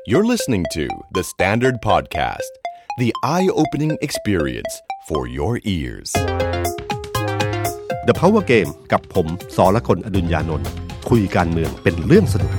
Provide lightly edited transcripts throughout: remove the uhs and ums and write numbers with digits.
You're listening to The Standard Podcast, the eye-opening experience for your ears. The Power Game กับผมสรกล อดุลยานนท์คุยการเมืองเป็นเรื่องสนุก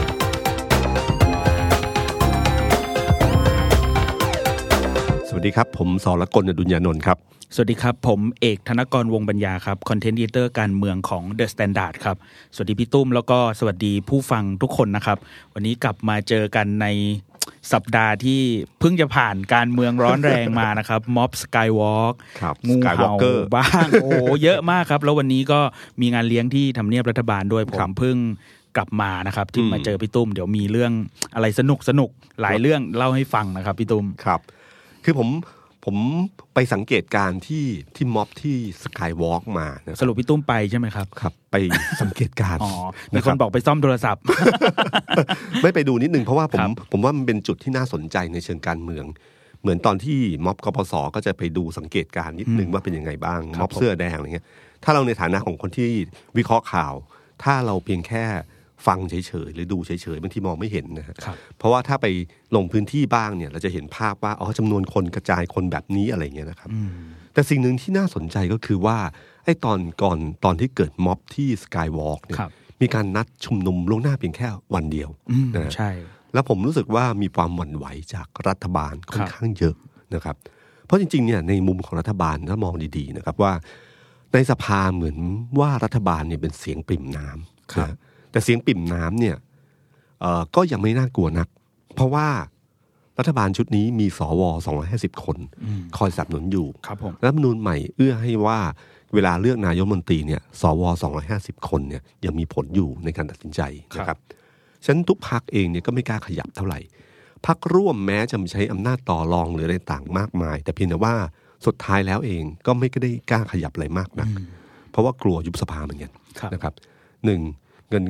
สวัสดีครับผมสรกล อดุลยานนท์ครับสวัสดีครับผมเอกธนกรวงปัญญาครับคอนเทนต์อีดิเตอร์การเมืองของ The Standard ครับสวัสดีพี่ตุ้มแล้วก็สวัสดีผู้ฟังทุกคนนะครับวันนี้กลับมาเจอกันในสัปดาห์ที่เพิ่งจะผ่านการเมืองร้อนแรงมานะครับม็อบสกายวอล์กงูเห่าบ้างโอ้เยอะมากครับแล้ววันนี้ก็มีงานเลี้ยงที่ทำเนียบรัฐบาลด้วยผมเพิ่งกลับมานะครับที่มาเจอพี่ตุ้มเดี๋ยวมีเรื่องอะไรสนุกหลายเรื่องเล่าให้ฟังนะครับพี่ตุ้มครับคือผมไปสังเกตการที่ม็อบที่สกายวอล์กมาสรุปพี่ตุ้มไปใช่ไหมครับครับไปสังเกตการอ๋อมีคนบอกไปซ่อมโทรศัพท์ไม่ไปดูนิดนึงเพราะว่าผมว่ามันเป็นจุดที่น่าสนใจในเชิงการเมืองเหมือนตอนที่ม็อบกปส.ก็จะไปดูสังเกตการนิดนึงว่าเป็นยังไงบ้างม็อบเสื้อแดงอะไรเงี้ยถ้าเราในฐานะของคนที่วิเคราะห์ข่าวถ้าเราเพียงแค่ฟังเฉยๆหรือดูเฉยๆบางทีมองไม่เห็นนะฮะเพราะว่าถ้าไปลงพื้นที่บ้างเนี่ยเราจะเห็นภาพว่าอ๋อจำนวนคนกระจายคนแบบนี้อะไรเงี้ยนะครับแต่สิ่งหนึ่งที่น่าสนใจก็คือว่าไอ้ตอนที่เกิดม็อบที่สกายวอล์กเนี่ยมีการนัดชุมนุมล่วงหน้าเพียงแค่วันเดียวนะใช่แล้วผมรู้สึกว่ามีความหวั่นไหวจากรัฐบาลค่อนข้างเยอะนะครับเพราะจริงๆเนี่ยในมุมของรัฐบาลถ้ามองดีๆนะครับว่าในสภาเหมือนว่ารัฐบาลเนี่ยเป็นเสียงปริ่มน้ำนะแต่เสียงปริ่มน้ำเนี่ยก็ยังไม่น่ากลัวนักเพราะว่ารัฐบาลชุดนี้มีสว250 คนคอยสนับสนุนอยู่รัฐธรรมนูญใหม่เอื้อให้ว่าเวลาเลือกนายกรัฐมนตรีเนี่ยสว250 คนเนี่ยยังมีผลอยู่ในการตัดสินใจนะครับฉะนั้นทุกพรรคเองเนี่ยก็ไม่กล้าขยับเท่าไหร่พรรคร่วมแม้จะใช้อำนาจต่อรองหรืออะไรต่างมากมายแต่เพียงแต่ว่าสุดท้ายแล้วเองก็ไม่ได้กล้าขยับอะไรมากนักเพราะว่ากลัวยุบสภาเหมือนกันนะครับหนึ่งเงิน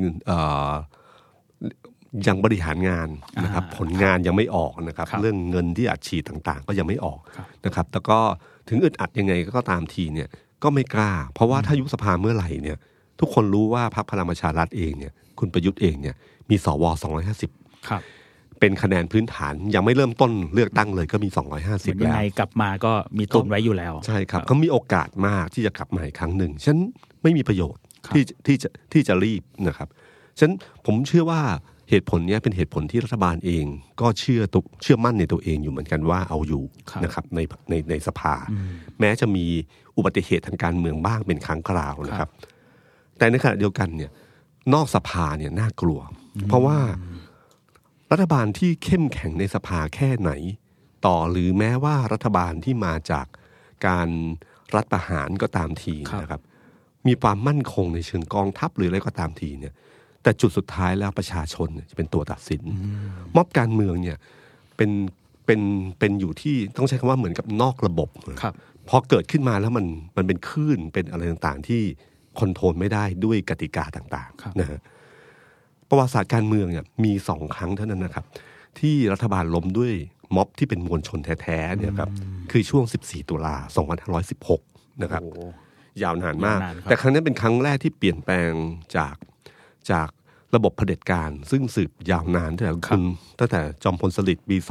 ยังบริหารงานนะครับผลงานยังไม่ออกนะครับเรื่องเงินที่อัดฉีดต่างๆก็ยังไม่ออกนะครับแล้วก็ถึงอึดอัดยังไงก็ตามทีเนี่ยก็ไม่กล้าเพราะว่าถ้ายุบสภาเมื่อไหร่เนี่ยทุกคนรู้ว่าพรรคพลังประชารัฐเองเนี่ยคุณประยุทธ์เองเนี่ยมีสว250เป็นคะแนนพื้นฐานยังไม่เริ่มต้นเลือกตั้งเลยก็มี250แล้วยังไงกลับมาก็มีตุนไว้อยู่แล้วใช่ครับก็มีโอกาสมากที่จะกลับมาอีกครั้งหนึ่งฉะนั้นไม่มีประโยชน์ที่จะรีบนะครับฉะนั้นผมเชื่อว่าเหตุผลนี้เป็นเหตุผลที่รัฐบาลเองก็เชื่อมั่นในตัวเองอยู่เหมือนกันว่าเอาอยู่นะครับในสภาแม้จะมีอุบัติเหตุทางการเมืองบ้างเป็นครั้งคราวนะครับแต่ในขณะเดียวกันเนี่ยนอกสภาเนี่ยน่ากลัวเพราะว่ารัฐบาลที่เข้มแข็งในสภาแค่ไหนต่อหรือแม้ว่ารัฐบาลที่มาจากการรัฐประหารก็ตามทีนะครับมีความมั่นคงในเชิงกองทัพหรืออะไรก็ตามทีเนี่ยแต่จุดสุดท้ายแล้วประชาชนจะเป็นตัวตัดสินม็อบการเมืองเนี่ยเป็นอยู่ที่ต้องใช้คำว่าเหมือนกับนอกระบบพอเกิดขึ้นมาแล้วมันเป็นคลื่นเป็นอะไรต่างๆที่คอนโทรลไม่ได้ด้วยกติกาต่างๆนะฮะประวัติศาสตร์การเมืองเนี่ยมี2 ครั้งเท่านั้นนะครับที่รัฐบาลล้มด้วยม็อบที่เป็นมวลชนแท้ๆเนี่ยครับคือช่วง14 ตุลา 2516นะครับยาวนานมากแต่ครั้งนั้นเป็นครั้งแรกที่เปลี่ยนแปลงจากระบบเผด็จการซึ่งสืบยาวนานตั้งแต่จอมพลสฤษดิ์ปี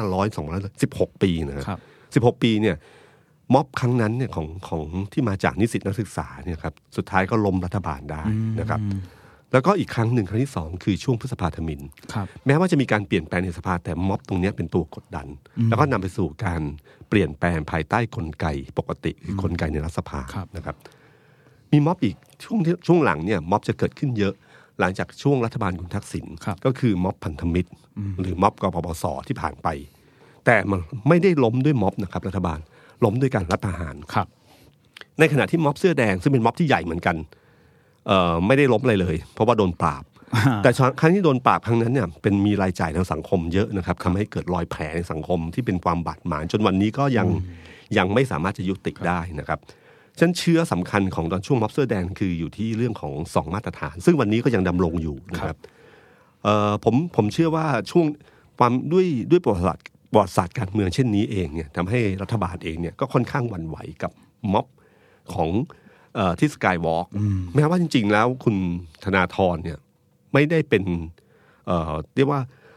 2,516 ปีนะครับ16 ปีเนี่ยม็อบครั้งนั้นเนี่ยของที่มาจากนิสิตนักศึกษาเนี่ยครับสุดท้ายก็ล้มรัฐบาลได้นะครับแล้วก็อีกครั้งหนึ่งครั้งที่2คือช่วงพฤษภาธมิฬแม้ว่าจะมีการเปลี่ยนแปลงในสภาแต่ม็อบตรงนี้เป็นตัวกดดันแล้วก็นำไปสู่การเปลี่ยนแปลงภายใต้กลไกปกติคือกลไกในรัฐสภานะครับมีม็อบอีกช่วงหลังเนี่ยม็อบจะเกิดขึ้นเยอะหลังจากช่วงรัฐบาลคุณทักษิณก็คือม็อบพันธมิตรหรือม็อบกปปส.ที่ผ่านไปแต่มันไม่ได้ล้มด้วยม็อบนะครับรัฐบาลล้มด้วยการรัฐประหารในขณะที่ม็อบเสื้อแดงซึ่งเป็นม็อบที่ใหญ่เหมือนกันไม่ได้ล้มอะไรเลยเพราะว่าโดนปราบแต่ครั้งที่โดนปราบครั้งนั้นเนี่ยมีรายจ่ายทางสังคมเยอะนะครับทำให้เกิดรอยแผลในสังคมที่เป็นความบาดหมางจนวันนี้ก็ยังไม่สามารถจะยุติได้นะครับฉันเชื่อสำคัญของตอนช่วงม็อบเสื้อแดงคืออยู่ที่เรื่องของ2 มาตรฐานซึ่งวันนี้ก็ยังดำรงอยู่นะครับผมเชื่อว่าช่วงความด้วยประวัติศาสตร์การเมืองเช่นนี้เองเนี่ยทำให้รัฐบาลเองเนี่ยก็ค่อนข้างหวั่นไหวกับม็อบของที่สกายวอล์กแม้ว่าจริงๆแล้วคุณธนาธรเนี่ยไม่ได้เป็นเรียกว่า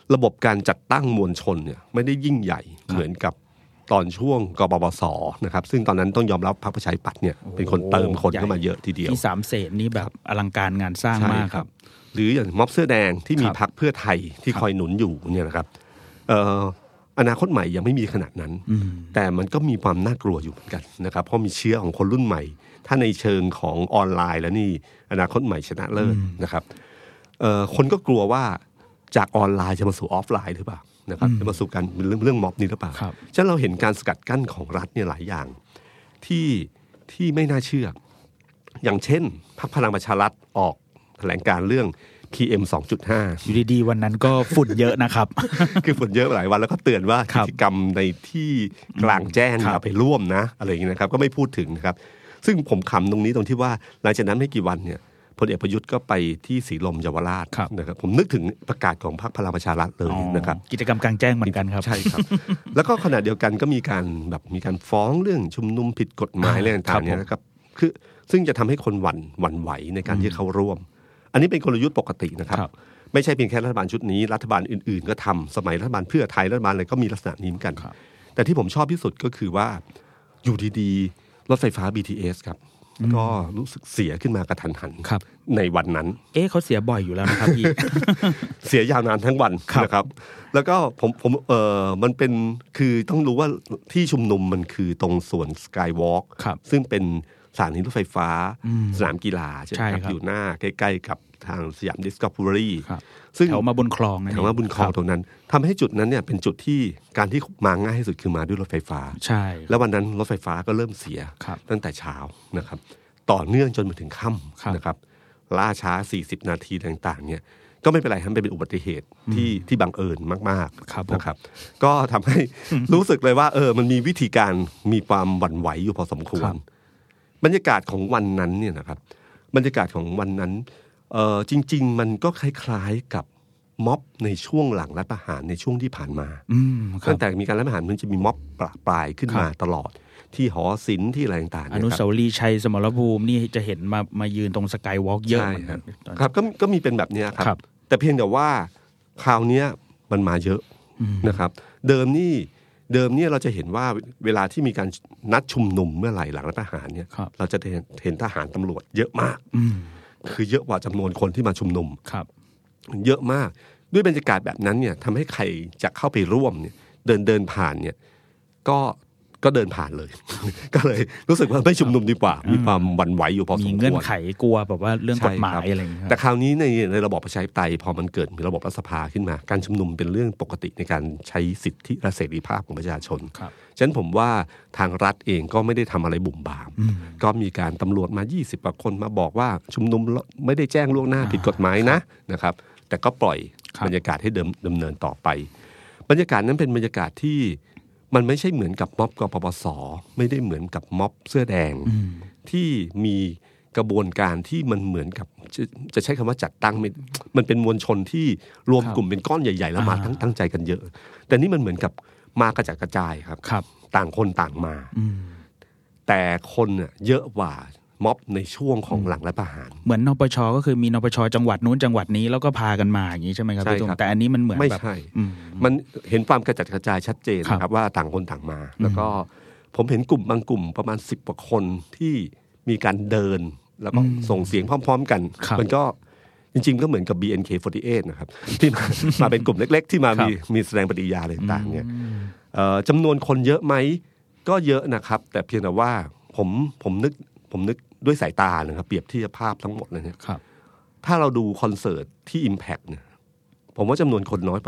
ระบบการจัดตั้งมวลชนเนี่ยไม่ได้ยิ่งใหญ่เหมือนกับตอนช่วงกปปสนะครับซึ่งตอนนั้นต้องยอมรับพรรคประชาธิปัตย์เนี่ยเป็นคนเติมคนเข้ามาเยอะทีเดียวที่3 เสนนี่แบบอลังการงานสร้างมากครับหรืออย่างม็อบเสื้อแดงที่มีพรรคเพื่อไทยที่คอยหนุนอยู่เนี่ยนะครับอนาคตใหม่ยังไม่มีขนาดนั้นแต่มันก็มีความน่ากลัวอยู่เหมือนกันนะครับเพราะมีเชื้อของคนรุ่นใหม่ถ้าในเชิงของออนไลน์แล้วนี่อนาคตใหม่ชนะเลิศนะครับคนก็กลัวว่าจากออนไลน์จะมาสู่ออฟไลน์หรือเปล่านะครับจะมาสู่การเรื่องม็อบนี้หรือเปล่าฉะนั้นเราเห็นการสกัดกั้นของรัฐเนี่ยหลายอย่างที่ไม่น่าเชื่ออย่างเช่นพรรคพลังประชารัฐออกแถลงการเรื่อง PM 2.5 อยู่ดีๆวันนั้นก็ฝุ่นเยอะนะครับคือฝุ่นเยอะหลายวันแล้วก็เตือนว่ากิจกรรมในที่กลางแจ้งอย่าไปร่วมนะอะไรอย่างนี้นะครับก็ไม่พูดถึงนะครับซึ่งผมขำตรงนี้ตรงที่ว่าหลังจากนั้นไม่กี่วันเนี่ยพลเอกประยุทธ์ก็ไปที่ศรีลมเยาวราชนะครับผมนึกถึงประกาศของพรรคพลังประชารัฐเลยนะครับกิจกรรมกลางแจ้งเหมือนกันครับใช่ครับแล้วก็ขณะเดียวกันก็มีการฟ้องเรื่องชุมนุมผิดกฎหมายอะไรต่างๆเนี่ยนะครับคือซึ่งจะทำให้คนหวั่นไหวในการที่เข้าร่วมอันนี้เป็นกลยุทธ์ปกตินะครับไม่ใช่เพียงแค่รัฐบาลชุดนี้รัฐบาลอื่นๆก็ทำสมัยรัฐบาลเพื่อไทยรัฐบาลอะไรก็มีลักษณะนี้เหมือนกันแต่ที่ผมชอบที่สุดก็คือว่าอยู่ดีๆรถไฟฟ้า BTS ครับก็รู้สึกเสียขึ้นมากระทันหันในวันนั้นเขาเสียบ่อยอยู่แล้วนะครับพี่เสียยาวนานทั้งวันนะครับแล้วก็ผมมันเป็นคือต้องรู้ว่าที่ชุมนุมมันคือตรงส่วนสกายวอล์กซึ่งเป็นสถานีรถไฟฟ้าสนามกีฬาใช่ไหมครับอยู่หน้าใกล้ๆกับทางสยามดิสคัฟเวอรี่ซึ่งแถวมาบุญคลองแถวมาบุญคลองตรงนั้นทำให้จุดนั้นเนี่ยเป็นจุดที่การที่มาง่ายที่สุดคือมาด้วยรถไฟฟ้าใช่แล้ววันนั้นรถไฟฟ้าก็เริ่มเสียตั้งแต่เช้านะครับต่อเนื่องจนมาถึงค่ำนะครับล่าช้า40นาทีต่างๆเนี่ยก็ไม่เป็นไรมันเป็นอุบัติเหตุที่บังเอิญมากๆนะครับก็ทำให้รู้สึกเลยว่ามันมีวิธีการมีความหวั่นไหวอยู่พอสมควรบรรยากาศของวันนั้นเนี่ยนะครับบรรยากาศของวันนั้นจริงๆมันก็คล้ายๆกับม็อบในช่วงหลังรัฐประหารในช่วงที่ผ่านมาตั้งแต่มีการรัฐประหารมันจะมีม็อบปลายขึ้นมาตลอดที่หอศิลป์ที่อะไรต่างๆอนุสาวรีย์ชัยสมรภูมินี่จะเห็นมายืนตรงสกายวอล์กเยอะครับก็มีเป็นแบบนี้ครับแต่เพียงแต่ว่าคราวนี้มันมาเยอะนะครับเดิมนี่เราจะเห็นว่าเวลาที่มีการนัดชุมนุมเมื่อไหร่หลังรัฐประหารเนี่ยเราจะเห็นทหารตำรวจเยอะมากคือเยอะกว่าจำนวนคนที่มาชุมนุมเยอะมากด้วยบรรยากาศแบบนั้นเนี่ยทำให้ใครจะเข้าไปร่วมเนี่ยเดินผ่านเนี่ยก็เดินผ่านเลย ก็เลยรู้สึกว่าไม่ชุมนุมดีกว่ามีความหวั่นไหวอยู่พอสมควรมีเงื่อนไขกลัวแบบว่าเรื่องกฎหมายอะไรอย่างเงี้ยแต่คราวนี้ในระบอบประชาธิปไตยพอมันเกิดมีระบบรัฐสภาขึ้นมาการชุมนุมเป็นเรื่องปกติในการใช้สิทธิและเสรีภาพของประชาชนฉะนั้นผมว่าทางรัฐเองก็ไม่ได้ทำอะไรบุ่มบามก็มีการตำรวจมา20กว่าคนมาบอกว่าชุมนุมไม่ได้แจ้งล่วงหน้าผิดกฎหมายนะครับแต่ก็ปล่อยบรรยากาศให้ดำเนินต่อไปบรรยากาศนั้นเป็นบรรยากาศที่มันไม่ใช่เหมือนกับม็อบกปปส.ไม่ได้เหมือนกับม็อบเสื้อแดงที่มีกระบวนการที่มันเหมือนกับจะใช้คำว่าจัดตั้งมันเป็นมวลชนที่รวมกลุ่มเป็นก้อนใหญ่ๆแล้วมาตั้งใจกันเยอะแต่นี่มันเหมือนกับมากระจัดกระจายครับต่างคนต่างมาแต่คนเยอะกว่าม็อบในช่วงของหลังรัฐประหารเหมือนนปช.ก็คือมีนปช.จังหวัดนู้นจังหวัดนี้แล้วก็พากันมาอย่างนี้ใช่ไหมครับพี่ตุ้มแต่อันนี้มันเหมือนไม่ใช่มันเห็นความกระจัดกระจายชัดเจนครับว่าต่างคนต่างมาแล้วก็ผมเห็นกลุ่มบางกลุ่มประมาณ10กว่าคนที่มีการเดินแล้วก็ส่งเสียงพร้อมๆกันมันก็จริงๆก็เหมือนกับ BNK48 นะครับที่มาเป็นกลุ่มเล็กๆที่มามีแสดงปฏิกิริยาอะไรต่างๆเนี่ยจำนวนคนเยอะไหมก็เยอะนะครับแต่เพียงแต่ว่าผมนึกด้วยสายตานะครับเปรียบเทียบภาพทั้งหมดเลยเนี่ยถ้าเราดูคอนเสิร์ตที่ Impact เนี่ยผมว่าจำนวนคนน้อยกว่า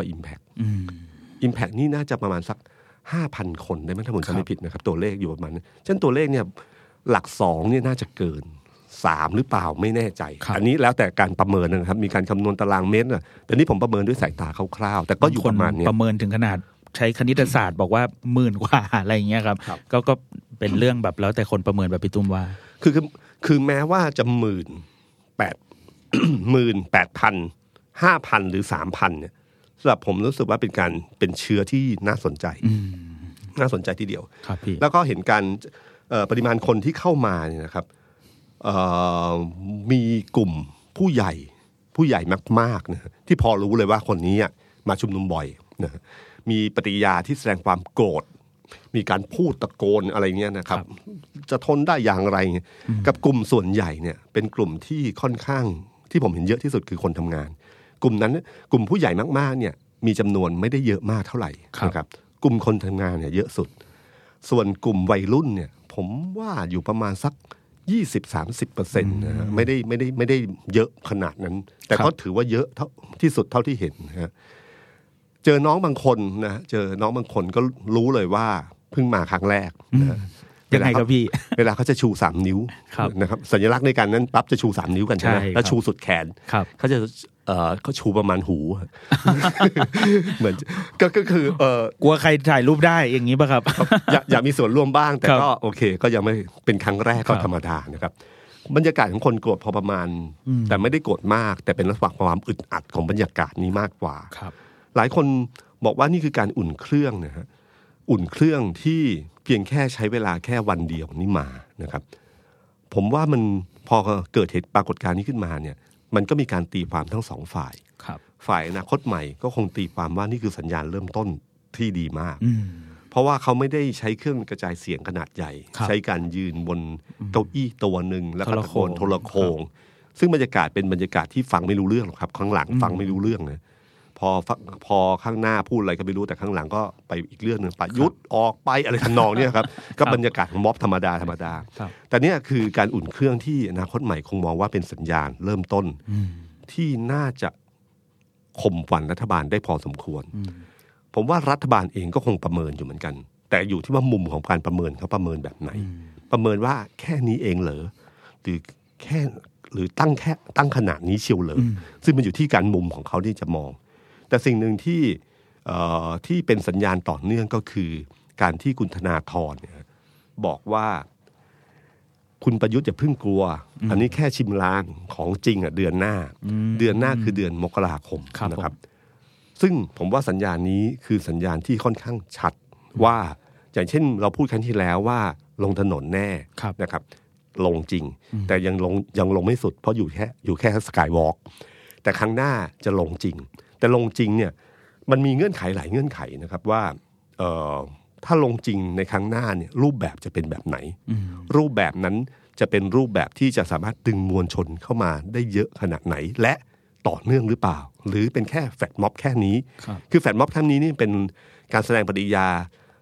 Impact นี่น่าจะประมาณสัก 5,000 คนได้ไหมถ้าผมจำไม่ผิดนะครับตัวเลขอยู่ประมาณนั้นเช่นตัวเลขเนี่ยหลัก2เนี่ยน่าจะเกิน3หรือเปล่าไม่แน่ใจอันนี้แล้วแต่การประเมินนะครับมีการคำนวณตารางเมตรแต่นี่ผมประเมินด้วยสายตาคร่าวๆแต่ก็อยู่ประมาณนี้ประเมินถึงขนาดใช้คณิตศาสตร์บอกว่า10,000 กว่าอะไรอย่างเงี้ยครับก็เป็นเรื่องแบบแล้วแต่คนประเมินแบบพี่ตุ้มว่าคือแม้ว่าจะ18,000 5,000 หรือ 3,000 เนี่ยสำหรับผมรู้สึกว่าเป็นเชื้อที่น่าสนใจทีเดียวแล้วก็เห็นการปริมาณคนที่เข้ามาเนี่ยนะครับมีกลุ่มผู้ใหญ่มากๆนะที่พอรู้เลยว่าคนนี้มาชุมนุมบ่อยนะมีปฏิกิริยาที่แสดงความโกรธมีการพูดตะโกนอะไรเงี้ยนะครับจะทนได้อย่างไรกับกลุ่มส่วนใหญ่เนี่ยเป็นกลุ่มที่ค่อนข้างที่ผมเห็นเยอะที่สุดคือคนทำงานกลุ่มนั้นกลุ่มผู้ใหญ่มากๆเนี่ยมีจำนวนไม่ได้เยอะมากเท่าไหร่นะครับกลุ่มคนทำงานเนี่ยเยอะสุดส่วนกลุ่มวัยรุ่นเนี่ยผมว่าอยู่ประมาณสัก 20-30% นะฮะไม่ได้เยอะขนาดนั้นแต่ก็ถือว่าเยอะที่สุดเท่าที่เห็นนะฮะเจอน้องบางคนนะเจอน้องบางคนก็รู้เลยว่าเพิ่งมาครั้งแรกนะยังไงครับพี่เวลาเขาจะชู3นิ้วนะครับสัญลักษณ์ในการนั้นปั๊บจะชู3นิ้วกันใช่ไหมแล้วชูสุดแขนเขาจะเขาชูประมาณหูเหมือนก็คือกลัวใครถ่ายรูปได้อย่างนี้ป่ะครับอยากมีส่วนร่วมบ้างแต่ก็โอเคก็ยังไม่เป็นครั้งแรกก็ธรรมดานะครับบรรยากาศของคนโกรธพอประมาณแต่ไม่ได้โกรธมากแต่เป็นลักษณะความอึดอัดของบรรยากาศนี้มากกว่าหลายคนบอกว่านี่คือการอุ่นเครื่องนะฮะอุ่นเครื่องที่เพียงแค่ใช้เวลาแค่วันเดียวนี่มานะครับผมว่ามันพอเกิดเหตุปรากฏการณ์นี้ขึ้นมาเนี่ยมันก็มีการตีความทั้งสองฝ่ายฝ่ายอนาคตใหม่ก็คงตีความว่านี่คือสัญญาณเริ่มต้นที่ดีมากเพราะว่าเขาไม่ได้ใช้เครื่องกระจายเสียงขนาดใหญ่ใช้การยืนบนเก้าอี้ตัวหนึ่งแล้วก็ตะโกนโทรโขงซึ่งบรรยากาศเป็นบรรยากาศที่ฟังไม่รู้เรื่องหรอกครับข้างหลังฟังไม่รู้เรื่องนะพอข้างหน้าพูดอะไรก็ไม่รู้แต่ข้างหลังก็ไปอีกเรื่องนึงประยุทธ์ออกไปอะไรทำนองนี้ครับก็บรรยากาศของม็อบธรรมดาแต่เนี่ยคือการอุ่นเครื่องที่อนาคตใหม่คงมองว่าเป็นสัญญาณเริ่มต้นที่น่าจะข่มขวัญรัฐบาลได้พอสมควรผมว่ารัฐบาลเองก็คงประเมินอยู่เหมือนกันแต่อยู่ที่ว่ามุมของการประเมินเขาประเมินแบบไหนประเมินว่าแค่นี้เองเหรอหรือตั้งขนาดนี้เชียวเหรอซึ่งมันอยู่ที่การมุมของเขาที่จะมองแต่สิ่งหนึ่งที่เป็นสัญญาณต่อเนื่องก็คือการที่คุณธนาธรเนี่ยบอกว่าคุณประยุทธ์อย่าเพิ่งกลัวอันนี้แค่ชิมลางของจริงเดือนหน้าคือเดือนมกราคมนะครับซึ่งผมว่าสัญญาณนี้คือสัญญาณที่ค่อนข้างชัดว่าอย่างเช่นเราพูดครั้งที่แล้วว่าลงถนนแน่นะครับลงจริงแต่ยังลงไม่สุดเพราะอยู่แค่สกายวอล์กแต่ครั้งหน้าจะลงจริงแต่ลงจริงเนี่ยมันมีเงื่อนไขหลายเงื่อนไขนะครับว่าถ้าลงจริงในครั้งหน้าเนี่ยรูปแบบจะเป็นแบบไหนรูปแบบนั้นจะเป็นรูปแบบที่จะสามารถดึงมวลชนเข้ามาได้เยอะขนาดไหนและต่อเนื่องหรือเปล่าหรือเป็นแค่แฟลชม็อบแค่นี้คือแฟลชม็อบครั้งนี้นี่เป็นการแสดงปฏิกิริยา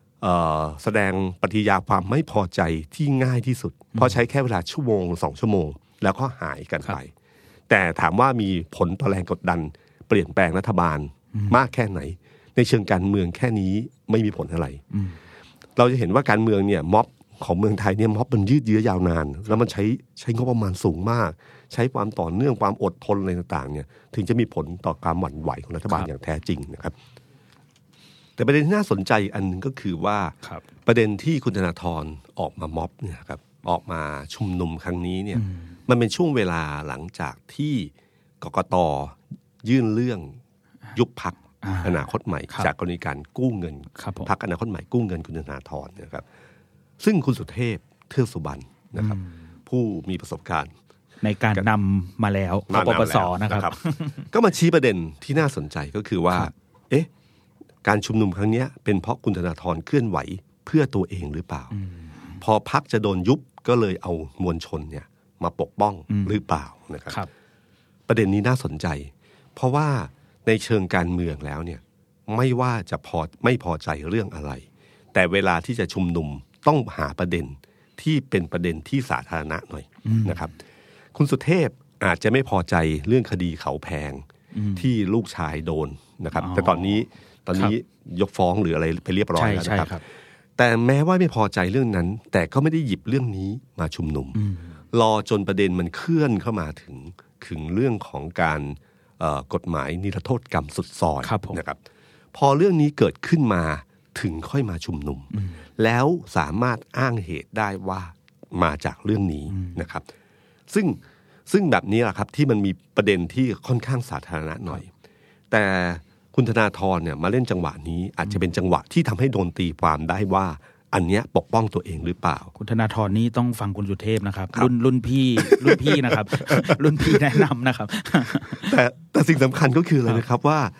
ความไม่พอใจที่ง่ายที่สุดเพราะใช้แค่เวลาชั่วโมง2ชั่วโมงแล้วก็หายกันไปแต่ถามว่ามีผลต่อแรงกดดันเปลี่ยนแปลงรัฐบาลมากแค่ไหนในเชิงการเมืองแค่นี้ไม่มีผลอะไรเราจะเห็นว่าการเมืองเนี่ยม็อบของเมืองไทยเนี่ยม็อบมันยืดเยื้อยาวนานแล้วมันใช้งบประมาณสูงมากใช้ความต่อเนื่องความอดทนอะไรต่างๆเนี่ยถึงจะมีผลต่อการหวั่นไหวของรัฐบาลอย่างแท้จริงนะครับแต่ประเด็นที่น่าสนใจอันนึงก็คือว่าประเด็นที่คุณธนาธรออกมาม็อบเนี่ยครับออกมาชุมนุมครั้งนี้เนี่ยมันเป็นช่วงเวลาหลังจากที่กกต.ยื่นเรื่องยุบพรรคอนาคตใหม่จากกรณีการกู้เงินพรรคอนาคตใหม่กู้เงินคุณธนาธรนะครับซึ่งคุณสุเทพเทือกสุบรรณนะครับผู้มีประสบการณ์ในการนำมาแล้วปปส.นะครับก็มาชี้ประเด็นที่น่าสนใจก็คือว่าการชุมนุมครั้งนี้เป็นเพราะคุณธนาธรเคลื่อนไหวเพื่อตัวเองหรือเปล่าพอพรรคจะโดนยุบก็เลยเอามวลชนเนี่ยมาปกป้องหรือเปล่านะครับประเด็นนี้น่าสนใจเพราะว่าในเชิงการเมืองแล้วเนี่ยไม่ว่าจะไม่พอใจเรื่องอะไรแต่เวลาที่จะชุมนุมต้องหาประเด็นที่เป็นประเด็นที่สาธารณะหน่อยนะครับคุณสุเทพอาจจะไม่พอใจเรื่องคดีเขาแพงที่ลูกชายโดนนะครับแต่ตอนนี้ยกฟ้องหรืออะไรไปเรียบร้อยแล้วนะครับแต่แม้ว่าไม่พอใจเรื่องนั้นแต่ก็ไม่ได้หยิบเรื่องนี้มาชุมนุมรอจนประเด็นมันเคลื่อนเข้ามาถึงเรื่องของการกฎหมายนิรโทษกรรมสุดซอยนะครับพอเรื่องนี้เกิดขึ้นมาถึงค่อยมาชุมนุมแล้วสามารถอ้างเหตุได้ว่ามาจากเรื่องนี้นะครับซึ่งแบบนี้แหละครับที่มันมีประเด็นที่ค่อนข้างสาธารณะหน่อยแต่คุณธนาธรเนี่ยมาเล่นจังหวะนี้อาจจะเป็นจังหวะที่ทำให้โดนตีความได้ว่าอันเนี้ยปกป้องตัวเองหรือเปล่าคุณธนาธรนี่ต้องฟังคุณสุเทพนะครับรุ่นพี่นะครับ รุ่นพี่แนะนำนะครับแต่สิ่งสำคัญก็คืออะไรนะครับว่า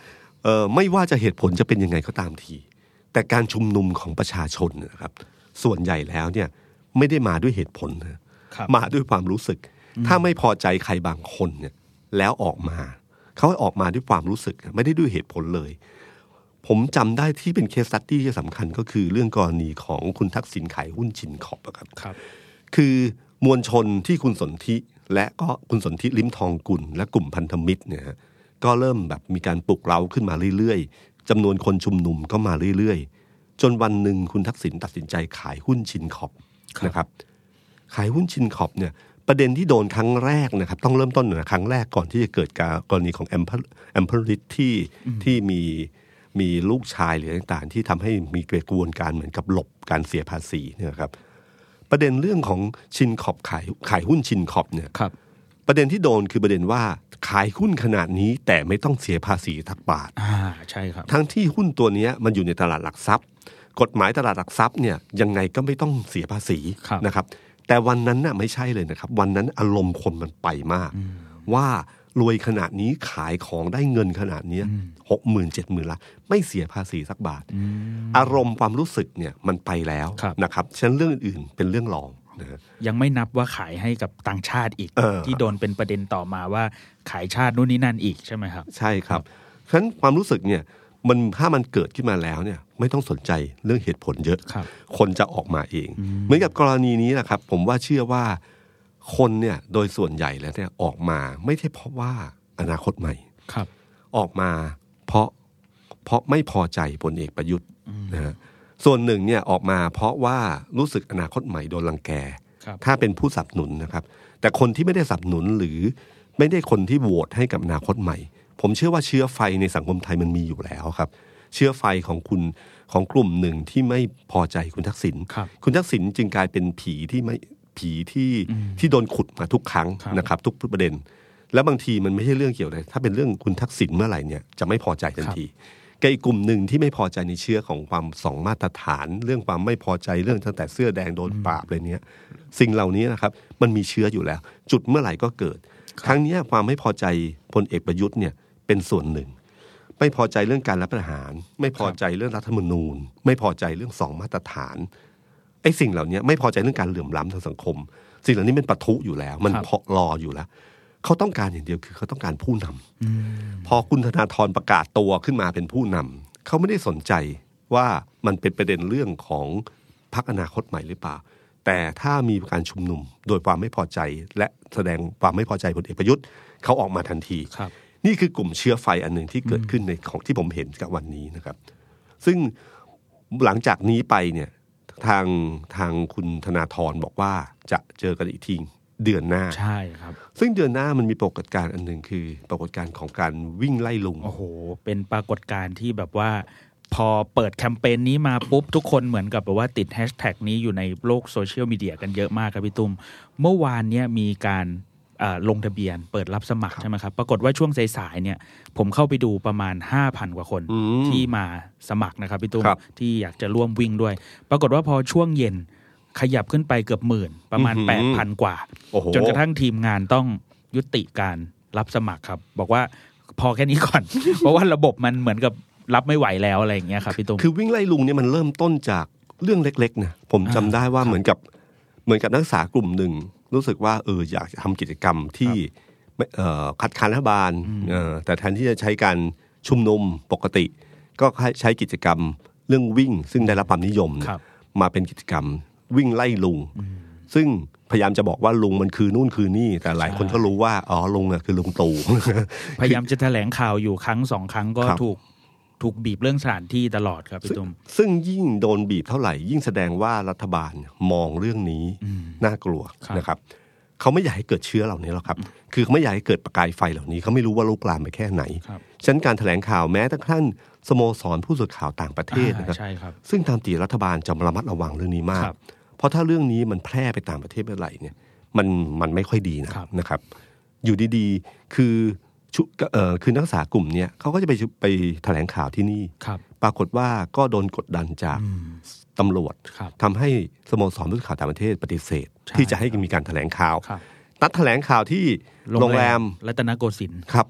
ไม่ว่าจะเหตุผลจะเป็นยังไงก็ตามทีแต่การชุมนุมของประชาชนนะครับส่วนใหญ่แล้วเนี่ยไม่ได้มาด้วยเหตุผลนะมาด้วยความรู้สึกถ้าไม่พอใจใครบางคนเนี่ยแล้วออกมาเขาออกมาด้วยความรู้สึกไม่ได้ด้วยเหตุผลเลยผมจำได้ที่เป็นเคสสตั๊ดดี้ที่สำคัญก็คือเรื่องกรณีของคุณทักษิณขายหุ้นชินคอร์ปครับคือมวลชนที่คุณสนธิและก็คุณสนธิลิ้มทองกุลและกลุ่มพันธมิตรเนี่ยก็เริ่มแบบมีการปลุกเร้าขึ้นมาเรื่อยๆจำนวนคนชุมนุมก็มาเรื่อยๆจนวันหนึ่งคุณทักษิณตัดสินใจขายหุ้นชินคอร์ปนะครับขายหุ้นชินคอร์ปเนี่ยประเด็นที่โดนครั้งแรกนะครับต้องเริ่มต้นนะครั้งแรกก่อนที่จะเกิดกรณีของแอมเพอริสที่มีลูกชายหรือต่างๆที่ทำให้มีกระบวนการเหมือนกับหลบการเสียภาษีเนี่ยครับประเด็นเรื่องของชินคอร์ปขายหุ้นชินคอร์ปเนี่ยประเด็นที่โดนคือประเด็นว่าขายหุ้นขนาดนี้แต่ไม่ต้องเสียภาษีทักบาทใช่ครับทั้งที่หุ้นตัวนี้มันอยู่ในตลาดหลักทรัพย์กฎหมายตลาดหลักทรัพย์เนี่ยยังไงก็ไม่ต้องเสียภาษีนะครับแต่วันนั้นน่ะไม่ใช่เลยนะครับวันนั้นอารมณ์คนมันไปมากว่ารวยขนาดนี้ขายของได้เงินขนาดนี้ 60,000 70,000 ละไม่เสียภาษีสักบาทอารมณ์ความรู้สึกเนี่ยมันไปแล้วนะครับฉะนั้นเรื่องอื่นๆเป็นเรื่องรองนะยังไม่นับว่าขายให้กับต่างชาติอีกที่โดนเป็นประเด็นต่อมาว่าขายชาตินู่นนี่นั่นอีกใช่ไหมครับใช่ครับฉะนั้นความรู้สึกเนี่ยมันถ้ามันเกิดขึ้นมาแล้วเนี่ยไม่ต้องสนใจเรื่องเหตุผลเยอะ คนจะออกมาเองเหมือนกับกรณีนี้นะครับผมว่าเชื่อว่าคนเนี่ยโดยส่วนใหญ่แล้วเนี่ยออกมาไม่ใช่เพราะว่าอนาคตใหม่ออกมาเพราะไม่พอใจพลเอกประยุทธ์นะฮะส่วนหนึ่งเนี่ยออกมาเพราะว่ารู้สึกอนาคตใหม่โดนรังแกถ้าเป็นผู้สนับสนุนนะครับแต่คนที่ไม่ได้สนับสนุนหรือไม่ได้คนที่โหวตให้กับอนาคตใหม่ผมเชื่อว่าเชื้อไฟในสังคมไทยมันมีอยู่แล้วครับเชื้อไฟของกลุ่มหนึ่งที่ไม่พอใจคุณทักษิณคุณทักษิณจึงกลายเป็นผีที่โดนขุดมาทุกครั้งนะครับทุกประเด็นแล้วบางทีมันไม่ใช่เรื่องเกี่ยวเลยถ้าเป็นเรื่องคุณทักษิณเมื่อไหร่เนี่ยจะไม่พอใจทันทีกับอีกกลุ่มหนึ่งที่ไม่พอใจในเชื้อของความสองมาตรฐานเรื่องความไม่พอใจเรื่องตั้งแต่เสื้อแดงโดนปราบอะไรเนี้ยสิ่งเหล่านี้นะครับมันมีเชื้ออยู่แล้วจุดเมื่อไหร่ก็เกิดครั้งนี้ความไม่พอใจพลเอกประยุทธ์เนี่ยเป็นส่วนหนึ่งไม่พอใจเรื่องการรัฐประหารไม่พอใจเรื่องรัฐธรรมนูญไม่พอใจเรื่องสองมาตรฐานไอ้สิ่งเหล่านี้ไม่พอใจเรื่องการเหลื่อมล้ำทางสังคมสิ่งเหล่านี้มันปะทุอยู่แล้วมันรออยู่แล้วเขาต้องการอย่างเดียวคือเขาต้องการผู้นำพอคุณธนาธรประกาศตัวขึ้นมาเป็นผู้นำเขาไม่ได้สนใจว่ามันเป็นประเด็นเรื่องของพรรคอนาคตใหม่หรือเปล่าแต่ถ้ามีการชุมนุมโดยความไม่พอใจและแสดงความไม่พอใจพลเอกประยุทธ์เขาออกมาทันทีนี่คือกลุ่มเชื้อไฟอันหนึ่งที่เกิดขึ้นในของที่ผมเห็นกับวันนี้นะครับซึ่งหลังจากนี้ไปเนี่ยทางคุณธนาธรบอกว่าจะเจอกันอีกทีเดือนหน้าใช่ครับซึ่งเดือนหน้ามันมีปรากฏการณ์อันหนึ่งคือปรากฏการณ์ของการวิ่งไล่ลุงโอ้โหเป็นปรากฏการณ์ที่แบบว่าพอเปิดแคมเปญนี้มาปุ๊บทุกคนเหมือนกับแบบว่าติดแฮชแท็กนี้อยู่ในโลกโซเชียลมีเดียกันเยอะมากครับพี่ตุ้มเมื่อวานเนี้ยมีการลงทะเบียนเปิดรับสมัครใช่ไหมครับปรากฏว่าช่วงสายๆเนี่ยผมเข้าไปดูประมาณ 5,000 กว่าคนที่มาสมัครนะครับพี่ตุ้มที่อยากจะร่วมวิ่งด้วยปรากฏว่าพอช่วงเย็นขยับขึ้นไปเกือบหมื่นประมาณ 8,000 กว่าจนกระทั่งทีมงานต้องยุติการรับสมัครครับบอกว่าพอแค่นี้ก่อน เพราะว่าระบบมันเหมือนกับรับไม่ไหวแล้วอะไรอย่างเงี้ยครับพี่ตุ้มคือวิ่งไล่ลุงเนี่ยมันเริ่มต้นจากเรื่องเล็กๆนะผมจำได้ว่าเหมือนกับนักศึกษากลุ่มหนึ่งรู้สึกว่าอยากจะทำกิจกรรมที่คัดค้านรัฐบาลแต่แทนที่จะใช้การชุมนุมปกติก็ใช้กิจกรรมเรื่องวิ่งซึ่งได้รับความนิยมมาเป็นกิจกรรมวิ่งไล่ลุงซึ่งพยายามจะบอกว่าลุงมันคือนู่นคือนี่แต่หลายคนก็รู้ว่าลุงคือลุงตู่พยายามจะแถลงข่าวอยู่ครั้งสองครั้งก็ถูกบีบเรื่องสถานที่ตลอดครับพี่ตุ้มซึ่งยิ่งโดนบีบเท่าไหร่ยิ่งแสดงว่ารัฐบาลมองเรื่องนี้น่ากลัวนะครับเขาไม่อยากให้เกิดเชื้อเหล่านี้หรอกครับคือเขาไม่อยากให้เกิดประกายไฟเหล่านี้เขาไม่รู้ว่าลุกลามไปแค่ไหนฉะนั้นการแถลงข่าวแม้แต่ขั้นสโมสรผู้สื่อข่าวต่างประเทศนะครับซึ่งตามตีรัฐบาลจะระมัดระวังเรื่องนี้มากเพราะถ้าเรื่องนี้มันแพร่ไปต่างประเทศเมื่อไหร่เนี่ยมันไม่ค่อยดีนะครับอยู่ดีๆคือนักศึกษากลุ่มนี้เขาก็จะไปแถลงข่าวที่นี่ปรากฏว่าก็โดนกดดันจากตำรวจทำให้สโมสรผู้สื่อข่าวต่างประเทศปฏิเสธที่จะให้มีการแถลงข่าวนัดแถลงข่าวที่โรงแรมรัตนโกสินทร์ครับ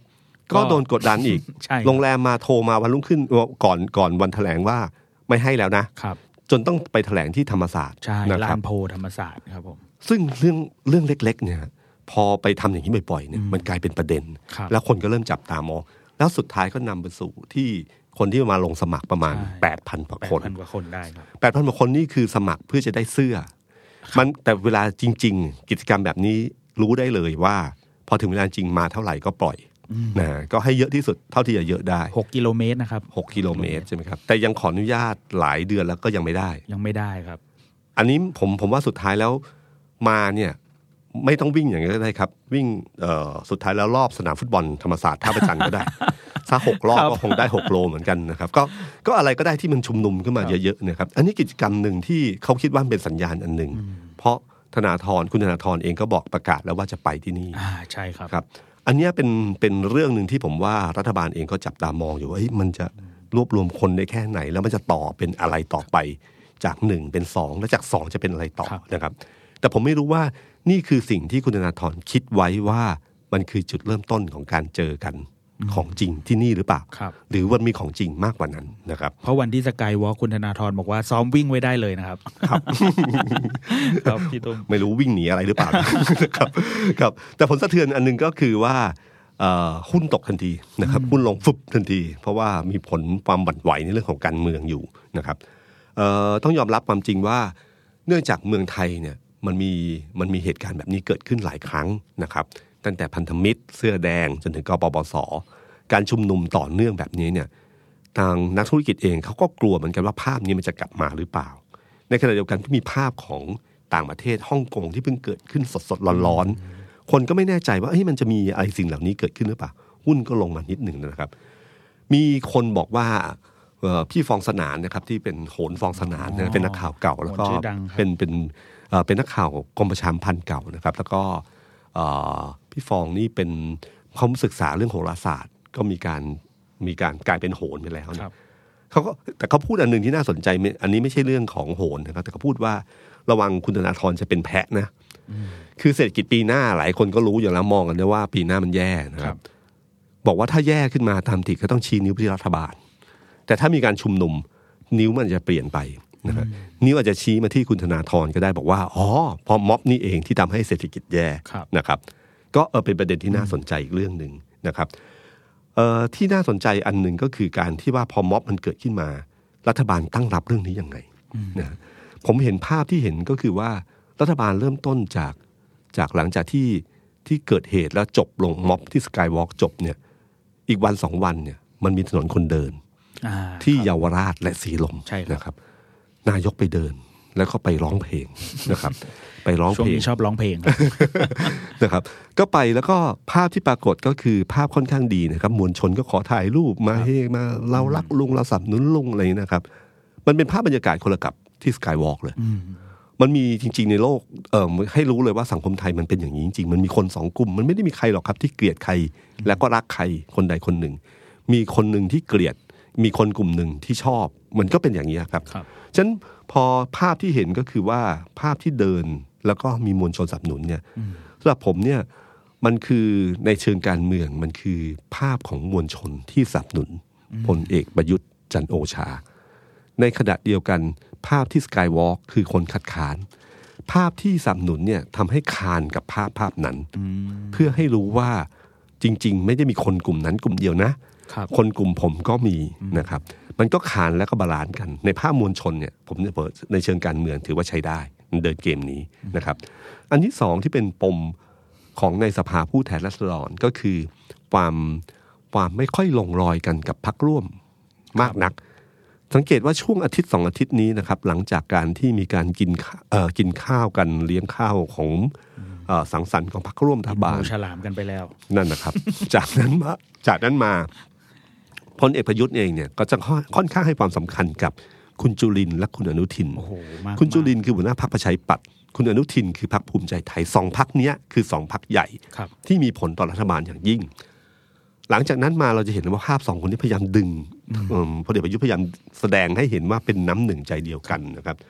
ก็โดนกดดันอีก โรงแรมมาโทรมาวันรุ่งขึ้นก่อนวันแถลงว่าไม่ให้แล้วนะครับจนต้องไปแถลงที่ธรรมศาสตร์ลานโพธรรมศาสตร์ครับผมซึ่งเรื่องเล็กๆเนี่ยพอไปทำอย่างนี้บ่อยๆเนี่ยมันกลายเป็นประเด็นแล้วคนก็เริ่มจับตามองแล้วสุดท้ายก็นำไปสู่ที่คนที่มาลงสมัครประมาณ 8,000 กว่าคน 8,000 กว่าคนได้ครับ 8,000 กว่าคนนี่คือสมัครเพื่อจะได้เสื้อมันแต่เวลาจริงๆกิจกรรมแบบนี้รู้ได้เลยว่าพอถึงเวลาจริงมาเท่าไหร่ก็ปล่อยนะก็ให้เยอะที่สุดเท่าที่จะเยอะได้ 6 กิโลเมตรนะครับ 6 กิโลเมตรใช่ไหมครับแต่ยังขออนุญาตหลายเดือนแล้วก็ยังไม่ได้ครับอันนี้ผมว่าสุดท้ายแล้วมาเนี่ยไม่ต้องวิ่งอย่างนี้ก็ได้ครับวิ่งสุดท้ายแล้วรอบสนามฟุตบอลธรรมศาสตร์ท่าประจันก็ได้สัก6 รอบก็คงได้6 โลเหมือนกันนะครับก็อะไรก็ได้ที่มันชุมนุมขึ้นมาเยอะๆนะครับอันนี้กิจกรรมหนึ่งที่เขาคิดว่าเป็นสัญญาณอันหนึ่งเพราะคุณธนาธรเองก็บอกประกาศแล้วว่าจะไปที่นี่ใช่ครับครับอันนี้เป็นเรื่องหนึ่งที่ผมว่ารัฐบาลเองก็จับตามองอยู่ว่ามันจะรวบรวมคนได้แค่ไหนแล้วมันจะต่อเป็นอะไรต่อไปจาก1เป็น2แล้วจาก2จะเป็นอะไรต่อนะครับแต่ผมไม่รู้ว่านี่คือสิ่งที่คุณธนาธรคิดไว้ว่ามันคือจุดเริ่มต้นของการเจอกันของจริงที่นี่หรือเปล่าหรือว่ามีของจริงมากกว่านั้นนะครับเพราะวันที่สกายวอล์คคุณธนาธรบอกว่าซ้อมวิ่งไว้ได้เลยนะครับครับพี่ตุ้มไม่รู้วิ่งหนีอะไรหรือเปล่าครับแต่ผลสะเทือนอันนึงก็คือว่าหุ้นตกทันทีนะครับหุ้นลงฟึบทันทีเพราะว่ามีผลความบั่นไหวในเรื่องของการเมืองอยู่นะครับต้องยอมรับความจริงว่าเนื่องจากเมืองไทยเนี่ยมันมีเหตุการณ์แบบนี้เกิดขึ้นหลายครั้งนะครับตั้งแต่พันธมิตรเสื้อแดงจนถึงกปปส.การชุมนุมต่อเนื่องแบบนี้เนี่ยทางนักธุรกิจเองเขาก็กลัวเหมือนกันว่าภาพนี้มันจะกลับมาหรือเปล่าในขณะเดียวกันก็มีภาพของต่างประเทศฮ่องกงที่เพิ่งเกิดขึ้นสดๆร้อนๆคนก็ไม่แน่ใจว่ามันจะมีอะไรสิ่งเหล่านี้เกิดขึ้นหรือเปล่าหุ้นก็ลงมานิดหนึ่งนะครับมีคนบอกว่าพี่ฟองสนานนะครับที่เป็นโหนฟองสนานนะเป็นนักข่าวเก่าแล้วก็เป็นนักข่าวกรมประชาสัมพันธ์เก่านะครับแล้วก็พี่ฟองนี่เป็นเขาศึกษาเรื่องโหราศาสตร์ก็มีการกลายเป็นโหนไปแล้วนะแต่เขาพูดอันนึงที่น่าสนใจอันนี้ไม่ใช่เรื่องของโหนนะครับแต่เขาพูดว่าระวังคุณธนาธรจะเป็นแพะนะคือเศรษฐกิจปีหน้าหลายคนก็รู้อยู่แล้วมองกันได้ว่าปีหน้ามันแย่นะครับบอกว่าถ้าแย่ขึ้นมาตามติก็ต้องชี้นิ้วไปที่รัฐบาลแต่ถ้ามีการชุมนุมนิ้วมันจะเปลี่ยนไปนะครับนิ้วอาจจะชี้มาที่คุณธนาธรก็ได้บอกว่าพอม็อบนี่เองที่ทำให้เศรษฐกิจแย่นะครับก็เป็นประเด็นที่น่าสนใจอีกเรื่องหนึ่งนะครับที่น่าสนใจอันหนึ่งก็คือการที่ว่าพอม็อบมันเกิดขึ้นมารัฐบาลตั้งรับเรื่องนี้ยังไงนะผมเห็นภาพที่เห็นก็คือว่ารัฐบาลเริ่มต้นจากหลังจากที่เกิดเหตุแล้วจบลงม็อบที่สกายวอล์กจบเนี่ยอีกวัน2 วันเนี่ยมันมีถนนคนเดินที่เยาวราชและสีลมนะครับนายกไปเดินแล้วก็ไปร้องเพลงนะครับไปร้องเพลงช่วงนี้ชอบร้องเพลงนะครับก็ไปแล้วก็ภาพที่ปรากฏก็คือภาพค่อนข้างดีนะครับมวลชนก็ขอถ่ายรูปมามาเรารักลุงเราสนับสนุนลุงอะไรนะครับมันเป็นภาพบรรยากาศคนละกับที่สกายวอล์กเลยมันมีจริงๆในโลกให้รู้เลยว่าสังคมไทยมันเป็นอย่างนี้จริงๆมันมีคน2 กลุ่มมันไม่ได้มีใครหรอกครับที่เกลียดใครแล้วก็รักใครคนใดคนหนึ่งมีคนหนึ่งที่เกลียดมีคนกลุ่มหนึ่งที่ชอบมันก็เป็นอย่างนี้ครับฉะนั้นพอภาพที่เห็นก็คือว่าภาพที่เดินแล้วก็มีมวลชนสนับสนุนเนี่ยสำหรับผมเนี่ยมันคือในเชิงการเมืองมันคือภาพของมวลชนที่สนับสนุนพลเอกประยุทธ์จันทร์โอชาในขณะเดียวกันภาพที่สกายวอล์กคือคนคัดค้านภาพที่สนับสนุนเนี่ยทำให้คานกับภาพนั้นเพื่อให้รู้ว่าจริงๆไม่ได้มีคนกลุ่มนั้นกลุ่มเดียวนะคนกลุ่มผมก็มีนะครับมันก็คานและก็บาลานซ์กันในภาพมวลชนเนี่ยผมเนี่ยในเชิงการเมืองถือว่าใช้ได้เดินเกมนี้นะครับอันที่2ที่เป็นปมของในสภาผู้แทนราษฎรก็คือความไม่ค่อยลงรอยกันกับพรรคร่วมมากนักสังเกตว่าช่วงอาทิตย์2 อาทิตย์นี้นะครับหลังจากการที่มีการกินข้าวกันเลี้ยงข้าวของสังสรรค์ของพรรคร่วมรัฐบาลฉลามกันไปแล้วนั่นนะครับ จากนั้นมาพลเอกประยุทธ์เองเนี่ยก็จะค่อนข้างให้ความสำคัญกับคุณจุรินทร์และคุณอนุทินคุณจุรินทร์คือหัวหน้าพรรคประชาธิปัตย์คุณอนุทินคือพรรคภูมิใจไทย2 พรรคนี้คือ2 พรรคใหญ่ที่มีผลต่อรัฐบาลอย่างยิ่งหลังจากนั้นมาเราจะเห็นว่าภาพ2 คนนี้พยายามดึงพลเอกประยุทธ์พยายามแสดงให้เห็นว่าเป็นน้ำหนึ่งใจเดียวกันนะครับ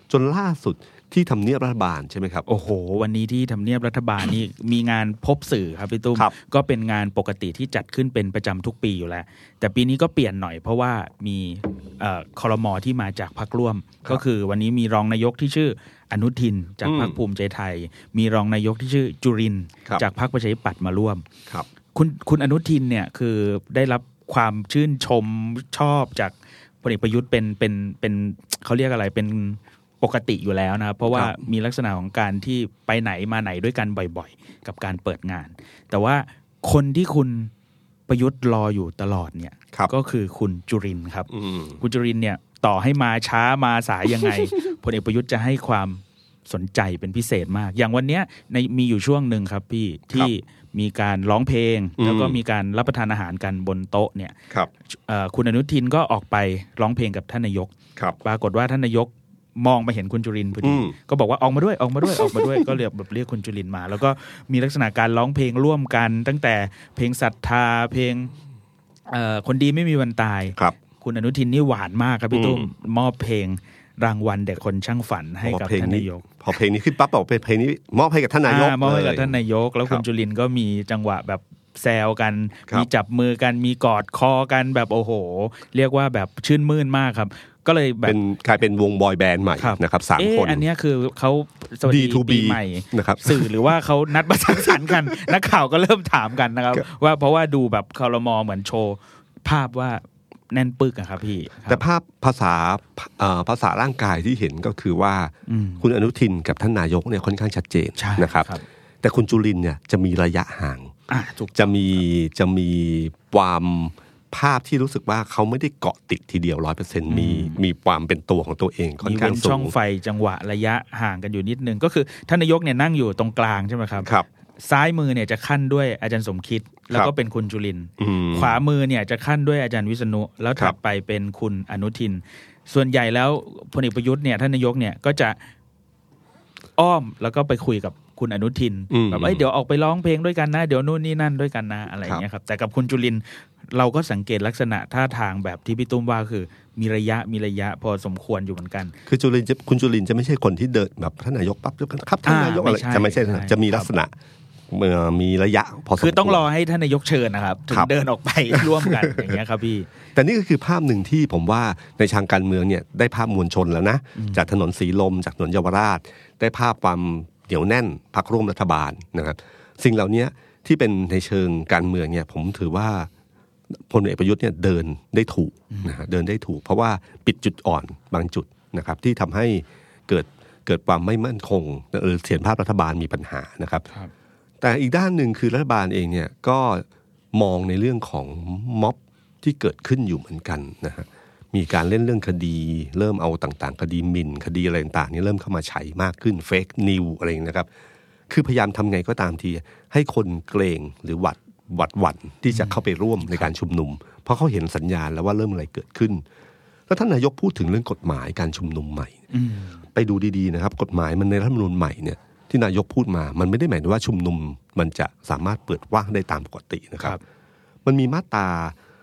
จนล่าสุดที่ทำเนียบรัฐบาลใช่ไหมครับโอ้โหวันนี้ที่ทำเนียบรัฐบาลนี่ มีงานพบสื่อครับพี่ตุ้มก็เป็นงานปกติที่จัดขึ้นเป็นประจำทุกปีอยู่แล้วแต่ปีนี้ก็เปลี่ยนหน่อยเพราะว่ามีครม.ที่มาจากพรรคร่วมก็คือวันนี้มีรองนายกที่ชื่ออนุทินจากพรรคภูมิใจไทยมีรองนายกที่ชื่อจุรินทร์จากพรรคประชาธิปัตย์มาร่วมคุณอนุทินเนี่ยคือได้รับความชื่นชมชอบจากพลเอกประยุทธ์เป็นเขาเรียกอะไรเป็นปกติอยู่แล้วนะครับเพราะว่ามีลักษณะของการที่ไปไหนมาไหนด้วยกันบ่อยๆกับการเปิดงานแต่ว่าคนที่คุณประยุทธ์รออยู่ตลอดเนี่ยก็คือคุณจุรินทร์ครับคุณจุรินทร์เนี่ยต่อให้มาช้ามาสายยังไง พลเอกประยุทธ์จะให้ความสนใจเป็นพิเศษมากอย่างวันนี้มีอยู่ช่วงหนึ่งครับพี่ที่มีการร้องเพลงแล้วก็มีการรับประทานอาหารกันบนโต๊ะเนี่ยคุณอนุทินก็ออกไปร้องเพลงกับท่านนายกปรากฏว่าท่านนายกมองมาเห็นคุณจุรินทร์พอดีก็บอกว่าออกมาด้วยก็เรียกคุณจุรินทร์มาแล้วก็มีลักษณะการร้องเพลงร่วมกันตั้งแต่เพลงศรัทธาเพลงคนดีไม่มีวันตายคุณอนุทินนี่หวานมากครับพี่ตุ้มมอบเพลงรางวัลเด็กคนช่างฝันให้กับท่านนายกพอเพลงนี้ขึ้นปั๊บบอกเป็นเพลงนี้มอบให้กับท่านนายกมอบให้กับท่านนายกแล้วคุณจุรินทร์ก็มีจังหวะแบบแซวกันมีจับมือกันมีกอดคอกันแบบโอ้โหเรียกว่าแบบชื่นมื่นมากครับก็เลยแบบกลายเป็นวงบอยแบนด์ใหม่นะครับ3คนอันนี้คือเขาสวัสดีปีใหม่นะครับสื่อหรือว่าเขานัดมาสังสรรค์กันนักข่าวก็เริ่มถามกันนะครับว่าเพราะว่าดูแบบครม.เหมือนโชว์ภาพว่าแน่นปึกอะครับพี่แต่ภาพภาษาร่างกายที่เห็นก็คือว่าคุณอนุทินกับท่านนายกเนี่ยค่อนข้างชัดเจนนะครับแต่คุณจุรินทร์เนี่ยจะมีระยะห่างจะมีความภาพที่รู้สึกว่าเขาไม่ได้เกาะติดทีเดียว 100% มีความเป็นตัวของตัวเองค่อนข้างสูงช่องไฟจังหวะระยะห่างกันอยู่นิดนึงก็คือท่านนายกเนี่ยนั่งอยู่ตรงกลางใช่ไหมครับซ้ายมือเนี่ยจะขั้นด้วยอาจารย์สมคิดแล้วก็เป็นคุณจุรินทร์ขวามือเนี่ยจะขั้นด้วยอาจารย์วิษณุแล้วถัดไปเป็นคุณอนุทินส่วนใหญ่แล้วพลเอกประยุทธ์เนี่ยท่านนายกเนี่ยก็จะอ้อมแล้วก็ไปคุยกับคุณอนุทินแบบเดี๋ยวออกไปร้องเพลงด้วยกันนะเดี๋ยวนู่นนี่นั่นด้วยกันนะอะไรอย่างเงี้ยครับแต่กับคุณจุรินทร์เราก็สังเกตลักษณะท่าทางแบบที่พี่ตุ้มว่าคือมีระยะพอสมควรอยู่เหมือนกันคือคุณจุรินทร์จะไม่ใช่คนที่เดินแบบท่านนายกปั๊บครับท่านนายกอะไรจะไม่ใช่จะมีลักษณะมีระยะพอสมควรคือต้องรอให้ท่านนายกเชิญนะครับถึงเดินออกไปร่วมกันอย่างเงี้ยครับพี่แต่นี่ก็คือภาพหนึ่งที่ผมว่าในทางการเมืองเนี่ยได้ภาพมวลชนแล้วนะจากถนนสีลมจากถนนเยาวราชได้ภาพความเหนียวแน่นพรรคร่วมรัฐบาลนะครับสิ่งเหล่านี้ที่เป็นในเชิงการเมืองเนี่ยผมถือว่าพลเอกประยุทธ์เนี่ยเดินได้ถูกนะฮะเดินได้ถูกเพราะว่าปิดจุดอ่อนบางจุดนะครับที่ทำให้เกิดความไม่มั่นคงเสียงภาพรัฐบาลมีปัญหานะครับแต่อีกด้านหนึ่งคือรัฐบาลเองเนี่ยก็มองในเรื่องของม็อบที่เกิดขึ้นอยู่เหมือนกันนะฮะมีการเล่นเรื่องคดีเริ่มเอาต่างๆคดีหมิ่นคดีอะไรต่างๆนี่เริ่มเข้ามาใช้มากขึ้นเฟกนิวอะไรนะครับคือพยายามทำไงก็ตามทีให้คนเกรงหรือหวั่นที่จะเข้าไปร่วมในการชุมนุมเพราะเขาเห็นสัญญาณแล้วว่าเริ่มอะไรเกิดขึ้นแล้วท่านนายกพูดถึงเรื่องกฎหมายการชุมนุมใหม่ไปดูดีๆนะครับกฎหมายมันในรัฐธรรมนูญใหม่เนี่ยที่นายกพูดมามันไม่ได้หมายถึงว่าชุมนุมมันจะสามารถเปิดว่างได้ตามปกตินะครับมันมีมาตรา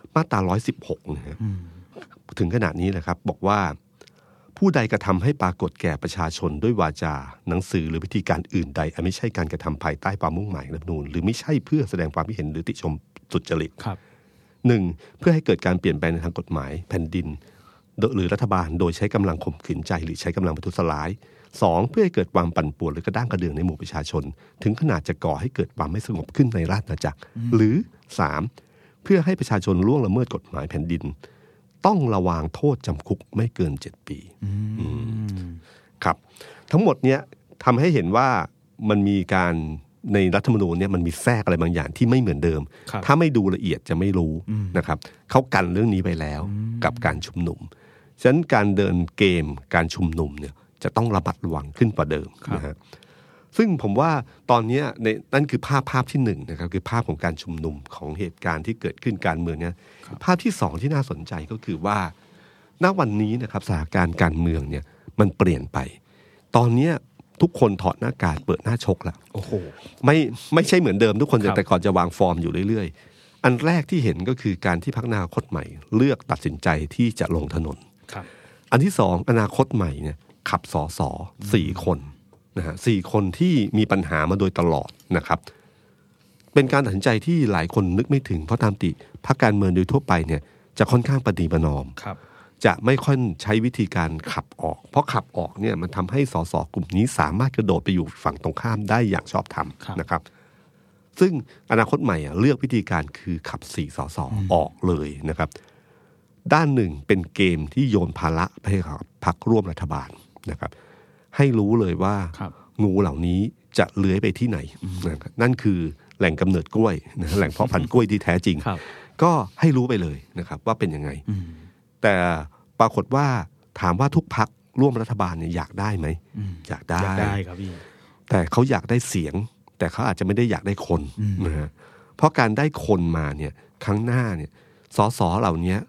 116นะครับถึงขนาดนี้แหละครับบอกว่าผู้ใดกระทำให้ปรากฏแก่ประชาชนด้วยวาจาหนังสือหรือวิธีการอื่นใดอันไม่ใช่การกระทำภายใต้ความมุ่งหมายรัฐธรรมนูญหรือไม่ใช่เพื่อแสดงความคิดเห็นหรือติชมสุจริต 1. เพื่อให้เกิดการเปลี่ยนแปลงในทางกฎหมายแผ่นดินหรือรัฐบาลโดยใช้กำลังข่มขืนใจหรือใช้กำลังประทุษร้าย 2. เพื่อให้เกิดความปั่นป่วนหรือกระด้างกระเดื่องในหมู่ประชาชนถึงขนาดจะก่อให้เกิดความไม่สงบขึ้นในราชอาณาจักรหรือ 3. เพื่อให้ประชาชนล่วงละเมิดกฎหมายแผ่นดินต้องระวางโทษจำคุกไม่เกิน7 ปีครับทั้งหมดเนี้ยทำให้เห็นว่ามันมีการในรัฐธรรมนูญเนี่ยมันมีแทรกอะไรบางอย่างที่ไม่เหมือนเดิมถ้าไม่ดูละเอียดจะไม่รู้นะครับเขากันเรื่องนี้ไปแล้วกับการชุมนุมฉะนั้นการเดินเกมการชุมนุมเนี่ยจะต้องระมัดระวังขึ้นกว่าเดิมนะฮะซึ่งผมว่าตอนนี้นั่นคือภาพที่1นะครับคือภาพของการชุมนุมของเหตุการณ์ที่เกิดขึ้นการเมืองเนี่ยภาพที่2ที่น่าสนใจก็คือว่าณวันนี้นะครับสถานการณ์การเมืองเนี่ยมันเปลี่ยนไปตอนนี้ทุกคนถอดหน้ากากเปิดหน้าชกแล้วโอ้โหไม่ใช่เหมือนเดิมทุกคนแต่ก่อนจะวางฟอร์มอยู่เรื่อยๆอันแรกที่เห็นก็คือการที่พรรคอนาคตใหม่เลือกตัดสินใจที่จะลงถนนอันที่2อนาคตใหม่เนี่ยขับสส4 คนนะฮะ4 คนที่มีปัญหามาโดยตลอดนะครับเป็นการตัดสินใจที่หลายคนนึกไม่ถึงเพราะตามติพรรคการเมืองโดยทั่วไปเนี่ยจะค่อนข้างปฏิประนอมจะไม่ค่อยใช้วิธีการขับออกเพราะขับออกเนี่ยมันทำให้สสกลุ่มนี้สามารถกระโดดไปอยู่ฝั่งตรงข้ามได้อย่างชอบธรรมนะครับซึ่งอนาคตใหม่เลือกวิธีการคือขับ4 สสออกเลยนะครับด้านหนึ่งเป็นเกมที่โยนภาระไปให้พรรคร่วมรัฐบาลนะครับให้รู้เลยว่างูเหล่านี้จะเลื้อยไปที่ไหนนั่นคือแหล่งกำเนิดกล้วยนะแหล่งเพาะพันธุ์กล้วยที่แท้จริงก็ให้รู้ไปเลยนะครับว่าเป็นยังไงแต่ปรากฏว่าถามว่าทุกพรรคร่วมรัฐบาลเนี่ยอยากได้ไหมอยากได้ครับพี่แต่เขาอยากได้เสียงแต่เขาอาจจะไม่ได้อยากได้คนนะฮะเพราะการได้คนมาเนี่ยครั้งหน้าเนี่ยสสเหล่านี้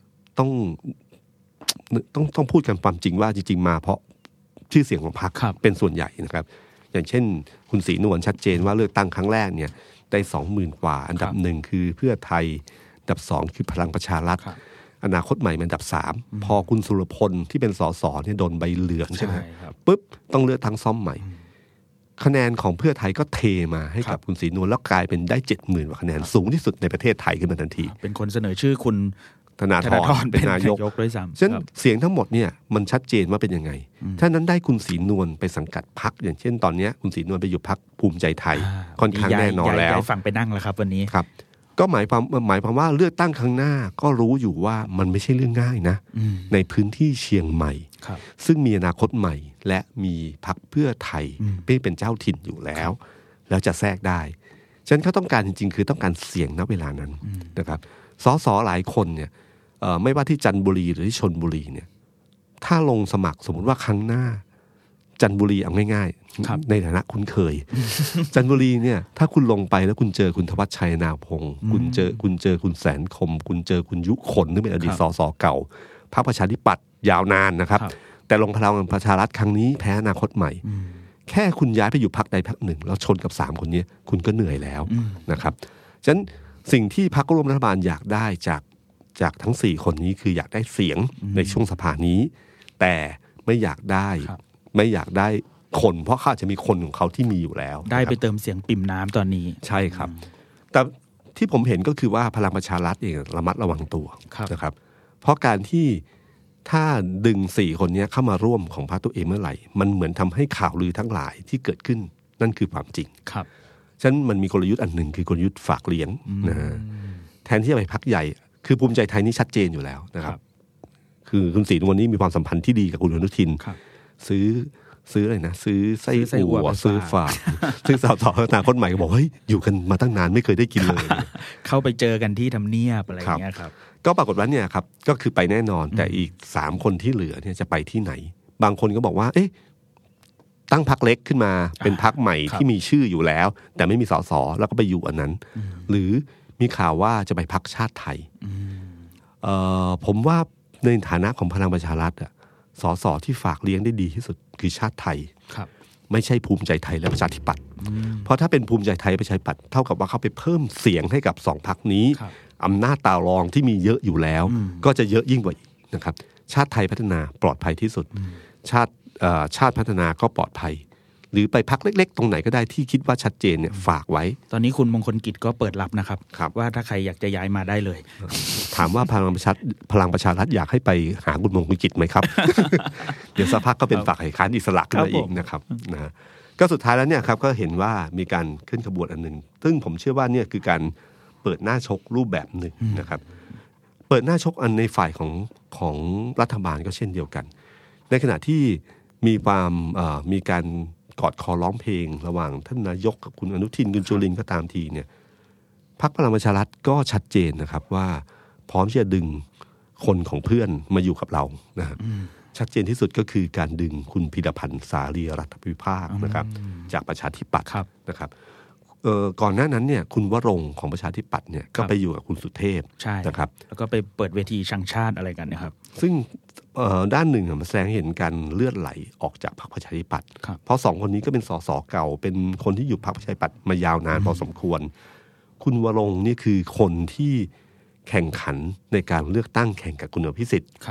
ต้องพูดกันความจริงว่าจริงๆมาเพราะชื่อเสียงของพรรคเป็นส่วนใหญ่นะครับอย่างเช่นคุณศรีนวลชัดเจนว่าเลือกตั้งครั้งแรกเนี่ยได้ 20,000 กว่าอันดับ1คือเพื่อไทยอันดับ2คือพลังประชารัฐอนาคตใหม่เป็นอันดับ3พอคุณสุรพลที่เป็นสสเนี่ยโดนใบเหลืองใช่ไหมปุ๊บต้องเลือกทั้งซ่อมใหม่คะแนนของเพื่อไทยก็เทมาให้กับคุณศรีนวลแล้วกลายเป็นได้ 70,000 กว่าคะแนนสูงที่สุดในประเทศไทยขึ้นมาทันทีเป็นคนเสนอชื่อคุณธนาธรเป็นนายกด้วยซ้ำฉะนั้นเสียงทั้งหมดเนี่ยมันชัดเจนว่าเป็นยังไงถ้านั้นได้คุณศรีนวลไปสังกัดพรรคอย่างเช่นตอนนี้คุณศรีนวลไปอยู่พรรคภูมิใจไทยค่อนข้างแน่นอนแล้วฝั่งไปนั่งแล้วครับวันนี้ครับก็หมายความว่าเลือกตั้งครั้งหน้าก็รู้อยู่ว่ามันไม่ใช่เรื่องง่ายนะในพื้นที่เชียงใหม่ซึ่งมีอนาคตใหม่และมีพรรคเพื่อไทยเป็นเจ้าถิ่นอยู่แล้วจะแทรกได้ฉะนั้นเขาต้องการจริงๆคือต้องการเสียงณเวลานั้นนะครับสสหลายคนเนี่ยไม่ว่าที่จันทบุรีหรือที่ชลบุรีเนี่ยถ้าลงสมัครสมมุติว่าครั้งหน้าจันทบุรีเอาง่ายๆในฐานะคุ้นเคย จันทบุรีเนี่ยถ้าคุณลงไปแล้วคุณเจอคุณธวัชชัยนาพงศ์คุณเจอคุณแสนคมคุณเจอคุณยุคนที่เป็นอดีตสสเก่าพรรคประชาธิปัตย์ยาวนานนะครับแต่ลงพลังประชารัฐครั้งนี้แพ้อนาคตใหม่แค่คุณย้ายไปอยู่พรรคใดพรรคหนึ่งแล้วชนกับ3 คนนี้คุณก็เหนื่อยแล้วนะครับฉะนั้นสิ่งที่พรรคร่วมรัฐบาลอยากได้จากทั้ง4 คนนี้คืออยากได้เสียงในช่วงสภานี้แต่ไม่อยากได้คนเพราะเขาจะมีคนของเขาที่มีอยู่แล้วได้ไปเติมเสียงปิ่มน้ำตอนนี้ใช่ครับแต่ที่ผมเห็นก็คือว่าพลังประชารัฐเองระมัดระวังตัวนะครับเพราะการที่ถ้าดึง4 คนนี้เข้ามาร่วมของพรรคตัวเองเมื่อไหร่มันเหมือนทำให้ข่าวลือทั้งหลายที่เกิดขึ้นนั่นคือความจริงครับฉะนั้นมันมีกลยุทธ์อันหนึ่งคือกลยุทธ์ฝากเลี้ยงนะฮะแทนที่จะไปพรรคใหญ่คือภูมิใจไทยนี่ชัดเจนอยู่แล้วนะครับคือคุณศรีนวลนี่มีความสัมพันธ์ที่ดีกับคุณอนุทินซื้ออะไรนะซื้อไส้อั่วซื้อฝากซึ่งสาวต่ออนาคตใหม่ก็บอกเฮ้ยอยู่กันมาตั้งนานไม่เคยได้กินเลยเข้าไปเจอกันที่ทำเนียบอะไรอย่างเงี้ยครับก็ปรากฏว่าเนี่ยครับก็คือไปแน่นอนแต่อีก3 คนที่เหลือเนี่ยจะไปที่ไหนบางคนก็บอกว่าเอ๊ะตั้งพรรคเล็กขึ้นมาเป็นพรรคใหม่ที่มีชื่ออยู่แล้วแต่ไม่มีสสแล้วก็ไปอยู่อันนั้นหรือมีข่าวว่าจะไปพรรคชาติไทยผมว่าในฐานะของพลังประชารัฐสสที่ฝากเลี้ยงได้ดีที่สุดคือชาติไทยไม่ใช่ภูมิใจไทยและประชาธิปัตย์เพราะถ้าเป็นภูมิใจไทยประชาธิปัตย์เท่ากับว่าเขาไปเพิ่มเสียงให้กับ2 พรรคนี้อำนาจต่อรองที่มีเยอะอยู่แล้วก็จะเยอะยิ่งกว่าอีกนะครับชาติไทยพัฒนาปลอดภัยที่สุดชาติพัฒนาก็ปลอดภัยหรือไปพรรคเล็กๆตรงไหนก็ได้ที่คิดว่าชัดเจนเนี่ยฝากไว้ตอนนี้คุณมงคลกิจก็เปิดรับนะครับว่าถ้าใครอยากจะย้ายมาได้เลยถามว่าพลังประชารัฐอยากให้ไปหาคุณมงคลกิจไหมครับ เดี๋ยวสักพักก็เป็นฝ่ายค้านอิสระขึ้นมาอีกนะครับนะก็สุดท้ายแล้วเนี่ยครับก็เห็นว่ามีการขึ้นขบวนอันหนึ่งซึ่งผมเชื่อว่าเนี่ยคือการเปิดหน้าชกรูปแบบหนึ่งนะครับเปิดหน้าชกอันในฝ่ายของรัฐบาลก็เช่นเดียวกันในขณะที่มีการกอดคอร้องเพลงระหว่างท่านนายกกับคุณอนุทินคุณจุลินก็ตามทีเนี่ยพรรคพลังประชารัฐก็ชัดเจนนะครับว่าพร้อมที่จะดึงคนของเพื่อนมาอยู่กับเรานะครับชัดเจนที่สุดก็คือการดึงคุณพิรพันธ์สารีรัฐวิภาคนะครับจากประชาธิปัตย์นะครับก่อนหน้านั้นเนี่ยคุณวรงค์ของประชาธิปัตย์เนี่ยก็ไปอยู่กับคุณสุเทพนะครับแล้วก็ไปเปิดเวทีชังชาติอะไรกันนะครับซึ่งด้านหนึ่งมันแสดงเห็นการเลือดไหลออกจากพรรคประชาธิปัตย์เพราะ2 คนนี้ก็เป็นสสเก่าเป็นคนที่อยู่พรรคประชาธิปัตย์มายาวนานพอสมควรคุณวรงค์นี่คือคนที่แข่งขันในการเลือกตั้งแข่งกับคุณอภิสิทธิ์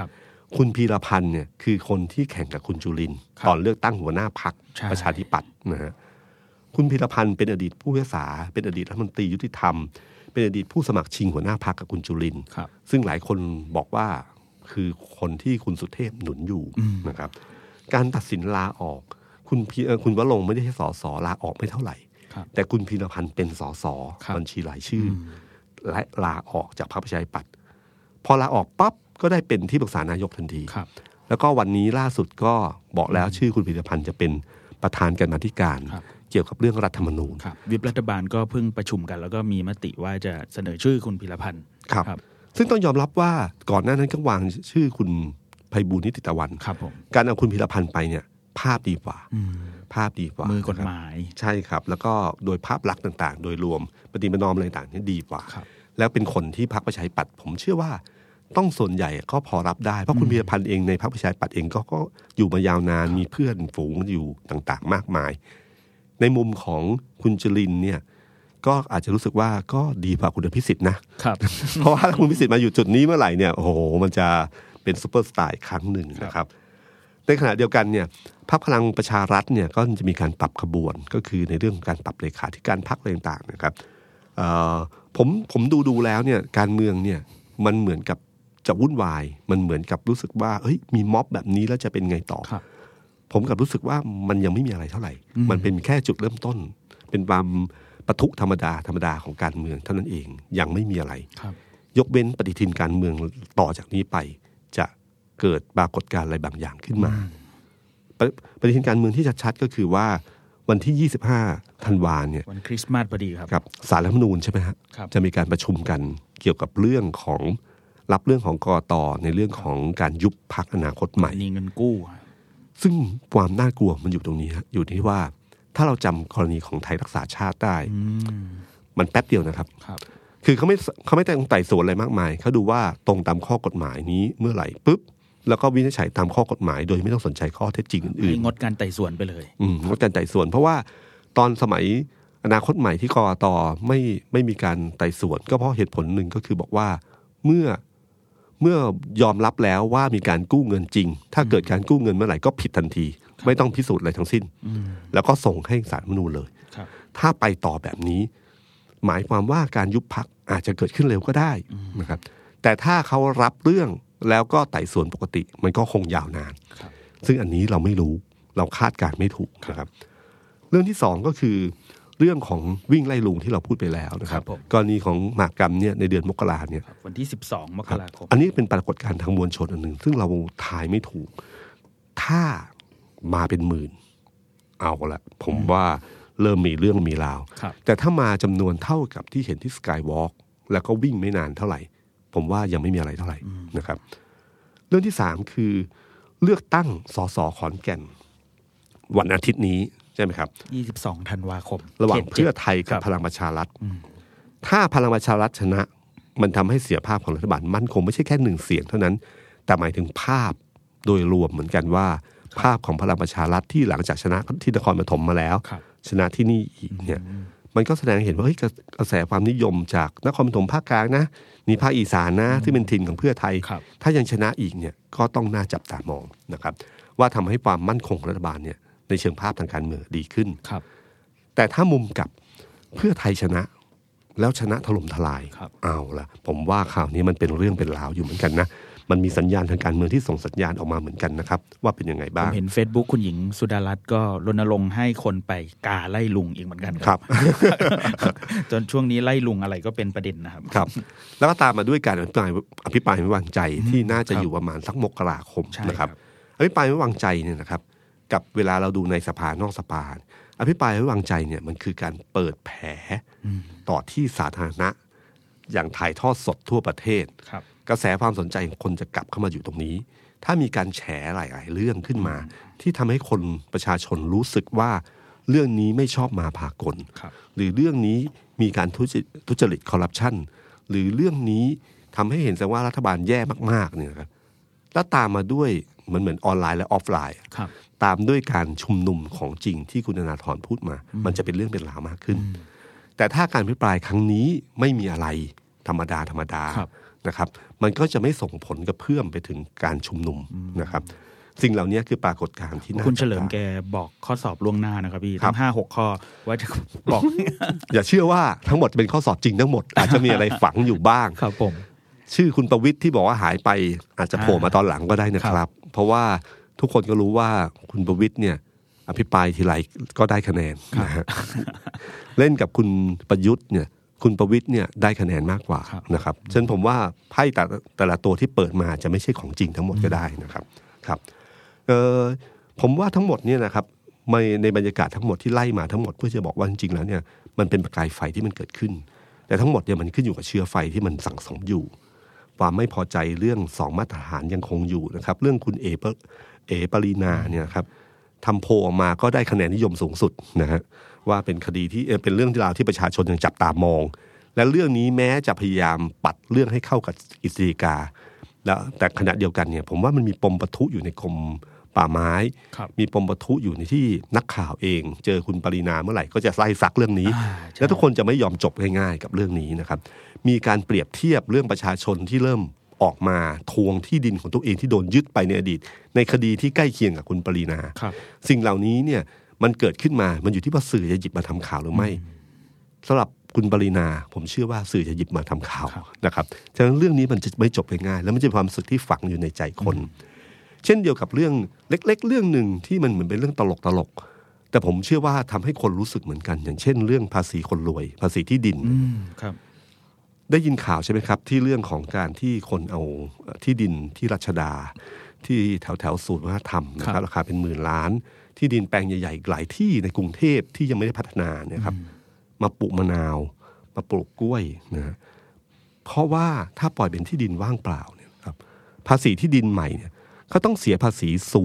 คุณพีรพันธ์เนี่ยคือคนที่แข่งกับคุณจุรินทร์ตอนเลือกตั้งหัวหน้าพรรคประชาธิปัตย์นะฮะคุณพีรพันธ์เป็นอดีตผู้พิพากษาเป็นอดีตรัฐมนตรียุติธรรมเป็นอดีตผู้สมัครชิงหัวหน้าพรรคกับคุณจุรินทร์ซึ่งหลายคนบอกว่าคือคนที่คุณสุเทพหนุนอยู่นะครับการตัดสินลาออกคุณวรงค์ไม่ได้ให้สสลาออกไม่เท่าไหร่แต่คุณพีรพันธ์เป็นสสบัญชีรายชื่อและลาออกจากพรรคประชาธิปัตย์พอลาออกปั๊บก็ได้เป็นที่ปรึกษานายกทันทีแล้วก็วันนี้ล่าสุดก็บอกแล้วชื่อคุณพีรพันธ์จะเป็นประธานกรรมาธิการเกี่ยวกับเรื่องรัฐธรรมนูญวิปรัฐบาลก็เพิ่งประชุมกันแล้วก็มีมติว่าจะเสนอชื่อคุณพีรพันธ์ครับซึ่งต้องยอมรับว่าก่อนหน้านั้นก็วางชื่อคุณไพบูลย์นิติตะวันการเอาคุณพีรพันธ์ไปเนี่ยภาพดีกว่ามือกฎหมายใช่ครับแล้วก็โดยภาพลักษณ์ต่างๆโดยรวมปฏิบัตินอมอะไรต่างๆนี่ดีกว่าแล้วเป็นคนที่พรรคประชาธิปัตย์ผมเชื่อว่าต้องส่วนใหญ่ก็พอรับได้เพราะคุณพีรพันธ์เองในพรรคประชาธิปัตย์เองก็อยู่มายาวนานมีเพื่อนฝูงอยู่ต่างๆมากมายในมุมของคุณจุรินทร์เนี่ยก็อาจจะรู้สึกว่าก็ดีกว่าคุณอภิสิทธิ์นะครับ เพราะว่าคุณอภิสิทธิ์มาอยู่จุดนี้เมื่อไหร่เนี่ยโอ้โหมันจะเป็นซุปเปอร์สตาร์อีกครั้งหนึ่งนะครับในขณะเดียวกันเนี่ยพรรคพลังประชารัฐเนี่ยก็จะมีการปรับขบวนก็คือในเรื่องการปรับเลขาธิการพรรคอะไรต่างๆนะครับผมดูแล้วเนี่ยการเมืองเนี่ยมันเหมือนกับจะวุ่นวายมันเหมือนกับรู้สึกว่าเฮ้ยมีม็อบแบบนี้แล้วจะเป็นไงต่อผมกับรู้สึกว่ามันยังไม่มีอะไรเท่าไหร่มันเป็นแค่จุดเริ่มต้นเป็นความปะทุธรรมดาของการเมืองเท่านั้นเองยังไม่มีอะไรยกเว้นปฏิทินการเมืองต่อจากนี้ไปจะเกิดปรากฏการณ์อะไรบางอย่างขึ้นมาปฏิทินการเมืองที่ชัดๆก็คือว่าวันที่25ธันวาคมเนี่ยวันคริสต์มาสพอดีครับศาลรัฐธรรมนูญใช่ไหมฮะจะมีการประชุมกันเกี่ยวกับเรื่องของรับเรื่องของกต.ในเรื่องของการยุบพรรคอนาคตใหม่มีเงินกู้ซึ่งความน่ากลัวมันอยู่ตรงนี้ฮะอยู่ที่ว่าถ้าเราจำกรณีของไทยรักษาชาติได้มันแป๊บเดียวนะครับคือเขาไม่แต่งไต่สวนอะไรมากมายเขาดูว่าตรงตามข้อกฎหมายนี้เมื่อไหร่ปุ๊บแล้วก็วินิจฉัยตามข้อกฎหมายโดยไม่ต้องสนใจข้อเท็จจริงอื่นๆงดการไต่สวนไปเลยงดการไต่สวนเพราะว่าตอนสมัยอนาคตใหม่ที่กกต.ไม่มีการไต่สวนก็เพราะเหตุผลหนึ่งก็คือบอกว่าเมื่อยอมรับแล้วว่ามีการกู้เงินจริงถ้าเกิดการกู้เงินเมื่อไหร่ก็ผิดทันทีไม่ต้องพิสูจน์อะไรทั้งสิ้นแล้วก็ส่งให้ศาลรัฐธรรมนูญเลยถ้าไปต่อแบบนี้หมายความว่าการยุบพรรคอาจจะเกิดขึ้นเร็วก็ได้นะครับแต่ถ้าเขารับเรื่องแล้วก็ไต่สวนปกติมันก็คงยาวนานซึ่งอันนี้เราไม่รู้เราคาดการไม่ถูกนะครับเรื่องที่สองก็คือเรื่องของวิ่งไล่ลุงที่เราพูดไปแล้วนะครับกรณีของมหกรรมเนี่ยในเดือนมกราเนี่ยวันที่12มกราคมอันนี้เป็นปรากฏการณ์ทางมวลชนอันหนึ่งซึ่งเราทายไม่ถูกถ้ามาเป็นหมื่นเอาละผมว่าเริ่มมีเรื่องมีราวแต่ถ้ามาจำนวนเท่ากับที่เห็นที่สกายวอล์กแล้วก็วิ่งไม่นานเท่าไหร่ผมว่ายังไม่มีอะไรเท่าไหร่นะครับเรื่องที่สามคือเลือกตั้งสสขอนแก่นวันอาทิตย์นี้ใช่ไหมครับ 22ธันวาคมระหว่างเพื่อไทยกับพลังประชารัฐถ้าพลังประชารัฐชนะมันทำให้เสียภาพของรัฐบาลมั่นคงไม่ใช่แค่1เสียงเท่านั้นแต่หมายถึงภาพโดยรวมเหมือนกันว่าภาพของพลังประชารัฐที่หลังจากชนะที่นครปฐมมาแล้วชนะที่นี่อีกเนี่ยมันก็แสดงเห็นว่าเฮ้ยกระแสความนิยมจากนครปฐมภาคกลางนะนี่ภาคอีสานนะที่เป็นถิ่นของเพื่อไทยถ้ายังชนะอีกเนี่ยก็ต้องน่าจับตามองนะครับว่าทำให้ความมั่นคงของรัฐบาลเนี่ยในเชิงภาพทางการเมืองดีขึ้นแต่ถ้ามุมกับเพื่อไทยชนะแล้วชนะถล่มทลายเอาละผมว่าข่าวนี้มันเป็นเรื่องเป็นราวอยู่เหมือนกันนะมันมีสัญญาณทางการเมืองที่ส่งสัญญาณออกมาเหมือนกันนะครับว่าเป็นยังไงบ้างผมเห็น Facebook คุณหญิงสุดารัตน์ก็รณรงค์ให้คนไปกาไล่ลุงอีกเหมือนกันครับ จนช่วงนี้ไล่ลุงอะไรก็เป็นประเด็นนะครับครับแล้วก็ตามมาด้วยการอภิปรายไม่วางใจที่น่าจะอยู่ประมาณสักมกราคมนะครับอภิปรายไม่วางใจเนี่ยนะครับกับเวลาเราดูในสภานอกสภาอภิปรายไม่วางใจเนี่ยมันคือการเปิดแผลต่อที่สาธารณะอย่างถ่ายทอดสดทั่วประเทศกระแสความสนใจของคนจะกลับเข้ามาอยู่ตรงนี้ถ้ามีการแฉหลายๆเรื่องขึ้นมาที่ทำให้คนประชาชนรู้สึกว่าเรื่องนี้ไม่ชอบมาพากลหรือเรื่องนี้มีการทุจริตคอร์รัปชันหรือเรื่องนี้ทำให้เห็นซะว่ารัฐบาลแย่มากๆเนี่ยครับแล้วตามมาด้วยเหมือนออนไลน์และออฟไลน์ตามด้วยการชุมนุมของจริงที่คุณธนาธรพูดมามันจะเป็นเรื่องเป็นราวมากขึ้นแต่ถ้าการอภิปรายครั้งนี้ไม่มีอะไรธรรมดานะครับมันก็จะไม่ส่งผลกระเพื่อมไปถึงการชุมนุมนะครับสิ่งเหล่านี้คือปรากฏการณ์ที่น่าคุณเฉลิมแกบอกข้อสอบล่วงหน้านะครับพี่ทั้ง5-6 ข้อว่าจะบอกอย่าเชื่อว่าทั้งหมดเป็นข้อสอบจริงทั้งหมด อาจจะมีอะไรฝังอยู่บ้างครับผมชื่อคุณประวิตรที่บอกว่าหายไปอาจจะโผล่มาตอนหลังก็ได้นะครับเพราะว่าทุกคนก็รู้ว่าคุณประวิตรเนี่ยอภิปรายทีไรก็ได้คะแนนนะฮะเล่นกับคุณประยุทธ์เนี่ยคุณประวิตรเนี่ยได้คะแนนมากกว่านะครับฉะนั้นผมว่าไพ่แต่ละตัวที่เปิดมาจะไม่ใช่ของจริงทั้งหมดก็ได้นะครับครับผมว่าทั้งหมดเนี่ยนะครับในบรรยากาศทั้งหมดที่ไล่มาทั้งหมดเพื่อจะบอกว่าจริงๆแล้วเนี่ยมันเป็นประกายไฟที่มันเกิดขึ้นแต่ทั้งหมดเนี่ยมันขึ้นอยู่กับเชื้อไฟที่มันสั่งสมอยู่ความไม่พอใจเรื่อง2มาตรฐานยังคงอยู่นะครับเรื่องคุณเอปรีนาเนี่ยครับทำโพลออกมาก็ได้คะแนนนิยมสูงสุดนะฮะว่าเป็นคดีที่เป็นเรื่องราวที่ประชาชนยังจับตามองและเรื่องนี้แม้จะพยายามปัดเรื่องให้เข้ากับกฤษฎีกาแล้วแต่ขณะเดียวกันเนี่ยผมว่ามันมีปมปะทุอยู่ในกรมป่าไม้มีปมปะทุอยู่ในที่นักข่าวเองเจอคุณปรีนาเมื่อไหร่ก็จะไล่ซักเรื่องนี้และทุกคนจะไม่ยอมจบง่ายๆกับเรื่องนี้นะครับมีการเปรียบเทียบเรื่องประชาชนที่เริ่มออกมาทวงที่ดินของตัวเองที่โดนยึดไปในอดีตในคดีที่ใกล้เคียงกับคุณปรีนาสิ่งเหล่านี้เนี่ยมันเกิดขึ้นมามันอยู่ที่ว่าสื่อจะหยิบมาทำข่าวหรือไม่สำหรับคุณปรีนาผมเชื่อว่าสื่อจะหยิบมาทำข่าวนะครับฉะนั้นเรื่องนี้มันจะไม่จบง่ายๆแล้วมันจะมีความรู้สึกที่ฝังอยู่ในใจคนเช่นเดียวกับเรื่องเล็กๆเรื่องหนึ่งที่มันเหมือนเป็นเรื่องตลกแต่ผมเชื่อว่าทำให้คนรู้สึกเหมือนกันอย่างเช่นเรื่องภาษีคนรวยภาษีที่ดินครับได้ยินข่าวใช่ไหมครับที่เรื่องของการที่คนเอาที่ดินที่รัชดาที่แถวศูนย์วัฒนธรรมนะครับราคาเป็น10,000 ล้านที่ดินแปลงใหญ่ๆหลายที่ในกรุงเทพที่ยังไม่ได้พัฒนาเนี่ยครับมาปลูกมะนาวมาปลูกกล้วยนะเพราะว่าถ้าปล่อยเป็นที่ดินว่างเปล่าเนี่ยครับภาษีที่ดินใหม่เนี่ยเขาต้องเสียภาษี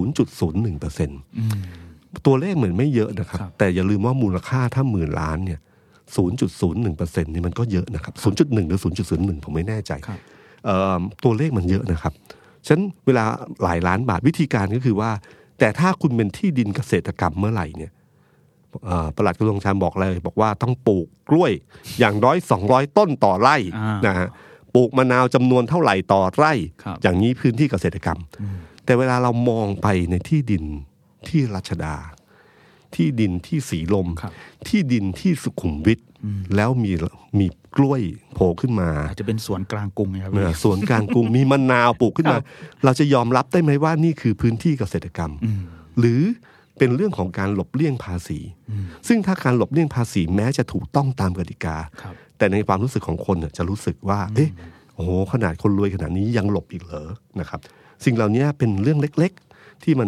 0.01% ตัวเลขเหมือนไม่เยอะนะครับแต่อย่าลืมว่ามูลค่าถ้า10,000 ล้านเนี่ย 0.01% นี่มันก็เยอะนะครับ 0.1 หรือ 0.01 ผมไม่แน่ใจตัวเลขมันเยอะนะครับฉะนั้นเวลาหลายล้านบาทวิธีการก็คือว่าแต่ถ้าคุณเป็นที่ดินเกษตรกรรมเมื่อไหร่เนี่ยปลัดกระทรวงการบอกเลยบอกว่าต้องปลูกกล้วยอย่างน้อย200 ต้นต่อไร่นะฮะปลูกมะนาวจำนวนเท่าไหร่ต่อไร่อย่างนี้พื้นที่เกษตรกรรมแต่เวลาเรามองไปในที่ดินที่รัชดาที่ดินที่สีลมที่ดินที่สุขุมวิทแล้วมีกล้วยโผล่ขึ้นมาอาจจะเป็นสวนกลางกรุงนะครับสวนกลางกรุงมีมะนาวปลูกขึ้นมาเราจะยอมรับได้ไหมว่านี่คือพื้นที่เกษตรกรรมหรือเป็นเรื่องของการหลบเลี่ยงภาษีซึ่งถ้าการหลบเลี่ยงภาษีแม้จะถูกต้องตามกติกาแต่ในความรู้สึกของคนจะรู้สึกว่าเอ๊ะโอ้โหขนาดคนรวยขนาดนี้ยังหลบอีกเหรอนะครับสิ่งเหล่านี้เป็นเรื่องเล็กๆที่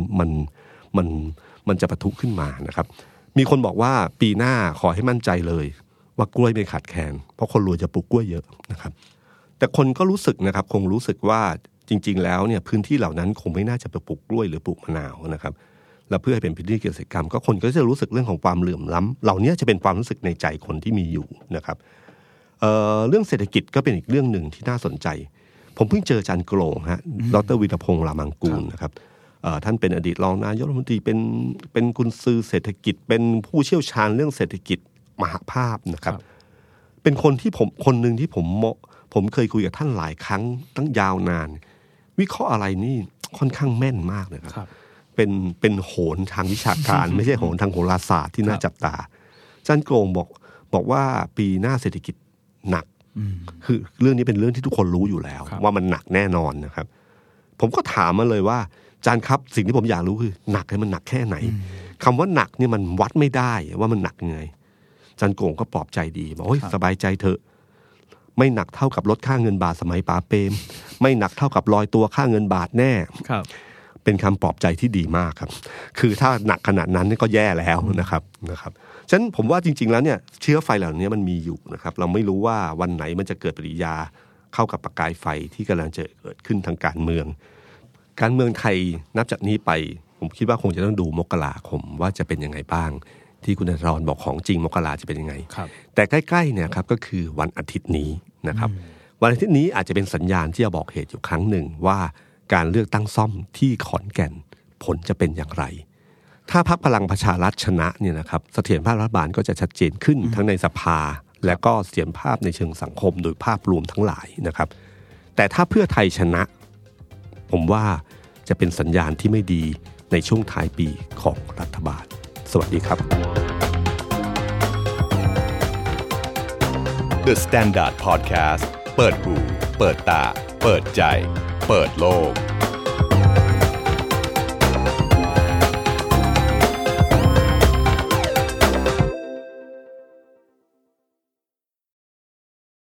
มันจะปะทุขึ้นมานะครับมีคนบอกว่าปีหน้าขอให้มั่นใจเลยว่ากล้วยไม่ขาดแคลนเพราะคนรวยจะปลูกกล้วยเยอะนะครับแต่คนก็รู้สึกนะครับคงรู้สึกว่าจริงๆแล้วเนี่ยพื้นที่เหล่านั้นคงไม่น่าจะไปปลูกกล้วยหรือปลูกมะนาวนะครับแล้วเพื่อให้เป็นพื้นที่เกษตรกรรมก็คนก็จะรู้สึกเรื่องของความเหลื่อมล้ำเหล่านี้จะเป็นความรู้สึกในใจคนที่มีอยู่นะครับเรื่องเศรษฐกิจก็เป็นอีกเรื่องหนึ่งที่น่าสนใจผมเพิ่งเจออาจารย์โกลงฮะดร.วีรพงษ์รามังกูลนะครับท่านเป็นอดีตรองนายกรัฐมนตรีเป็นกุญซือเศรษฐกิจเป็นผู้เชี่ยวชาญเรื่องเศรษฐกิจมหาภาพนะครับเป็นคนที่คนหนึ่งที่ผมเคยคุยกับท่านหลายครั้งตั้งยาวนานวิเคราะห์อะไรนี่ค่อนข้างแม่นมากเลยครับเป็นโหนทางวิชาการ ไม่ใช่โหนทางโหราศาสตร์ที่น่าจับตาอาจารย์โกลงบอกว่าปีหน้าเศรษฐกิจหนักคือเรื่องนี้เป็นเรื่องที่ทุกคนรู้อยู่แล้วว่ามันหนักแน่นอนนะครับผมก็ถามมาเลยว่าอาจารย์ครับสิ่งที่ผมอยากรู้คือหนักมันหนักแค่ไหนคำว่าหนักนี่มันวัดไม่ได้ว่ามันหนักยังไงอาจารย์โกงก็ปลอบใจดีบอกสบายใจเถอะไม่หนักเท่ากับลดค่าเงินบาทสมัยป๋าเปรมไม่หนักเท่ากับลอยตัวค่าเงินบาทแน่เป็นคำปลอบใจที่ดีมากครับคือถ้าหนักขนาดนั้นก็แย่แล้วนะครับฉะนั้นผมว่าจริงๆแล้วเนี่ยเชื้อไฟเหล่านี้มันมีอยู่นะครับเราไม่รู้ว่าวันไหนมันจะเกิดปฏิกิริยาเข้ากับประกายไฟที่กำลังจะเกิดขึ้นทางการเมืองไทยนับจากนี้ไปผมคิดว่าคงจะต้องดูมกราคมว่าจะเป็นยังไงบ้างที่คุณธนรบอกของจริงมกราจะเป็นยังไงแต่ใกล้ๆเนี่ยครับก็คือวันอาทิตย์นี้นะครับวันอาทิตย์นี้อาจจะเป็นสัญญาณที่จะบอกเหตุอยู่ครั้งหนึ่งว่าการเลือกตั้งซ่อมที่ขอนแก่นผลจะเป็นอย่างไรถ้าพรรคพลังประชารัฐชนะเนี่ยนะครับเสถียรภาพรัฐบาลก็จะชัดเจนขึ้นทั้งในสภาและก็เสถียรภาพในเชิงสังคมโดยภาพรวมทั้งหลายนะครับแต่ถ้าเพื่อไทยชนะผมว่าจะเป็นสัญญาณที่ไม่ดีในช่วงท้ายปีของรัฐบาลสวัสดีครับ The Standard Podcast เปิดหูเปิดตาเปิดใจเปิดโลก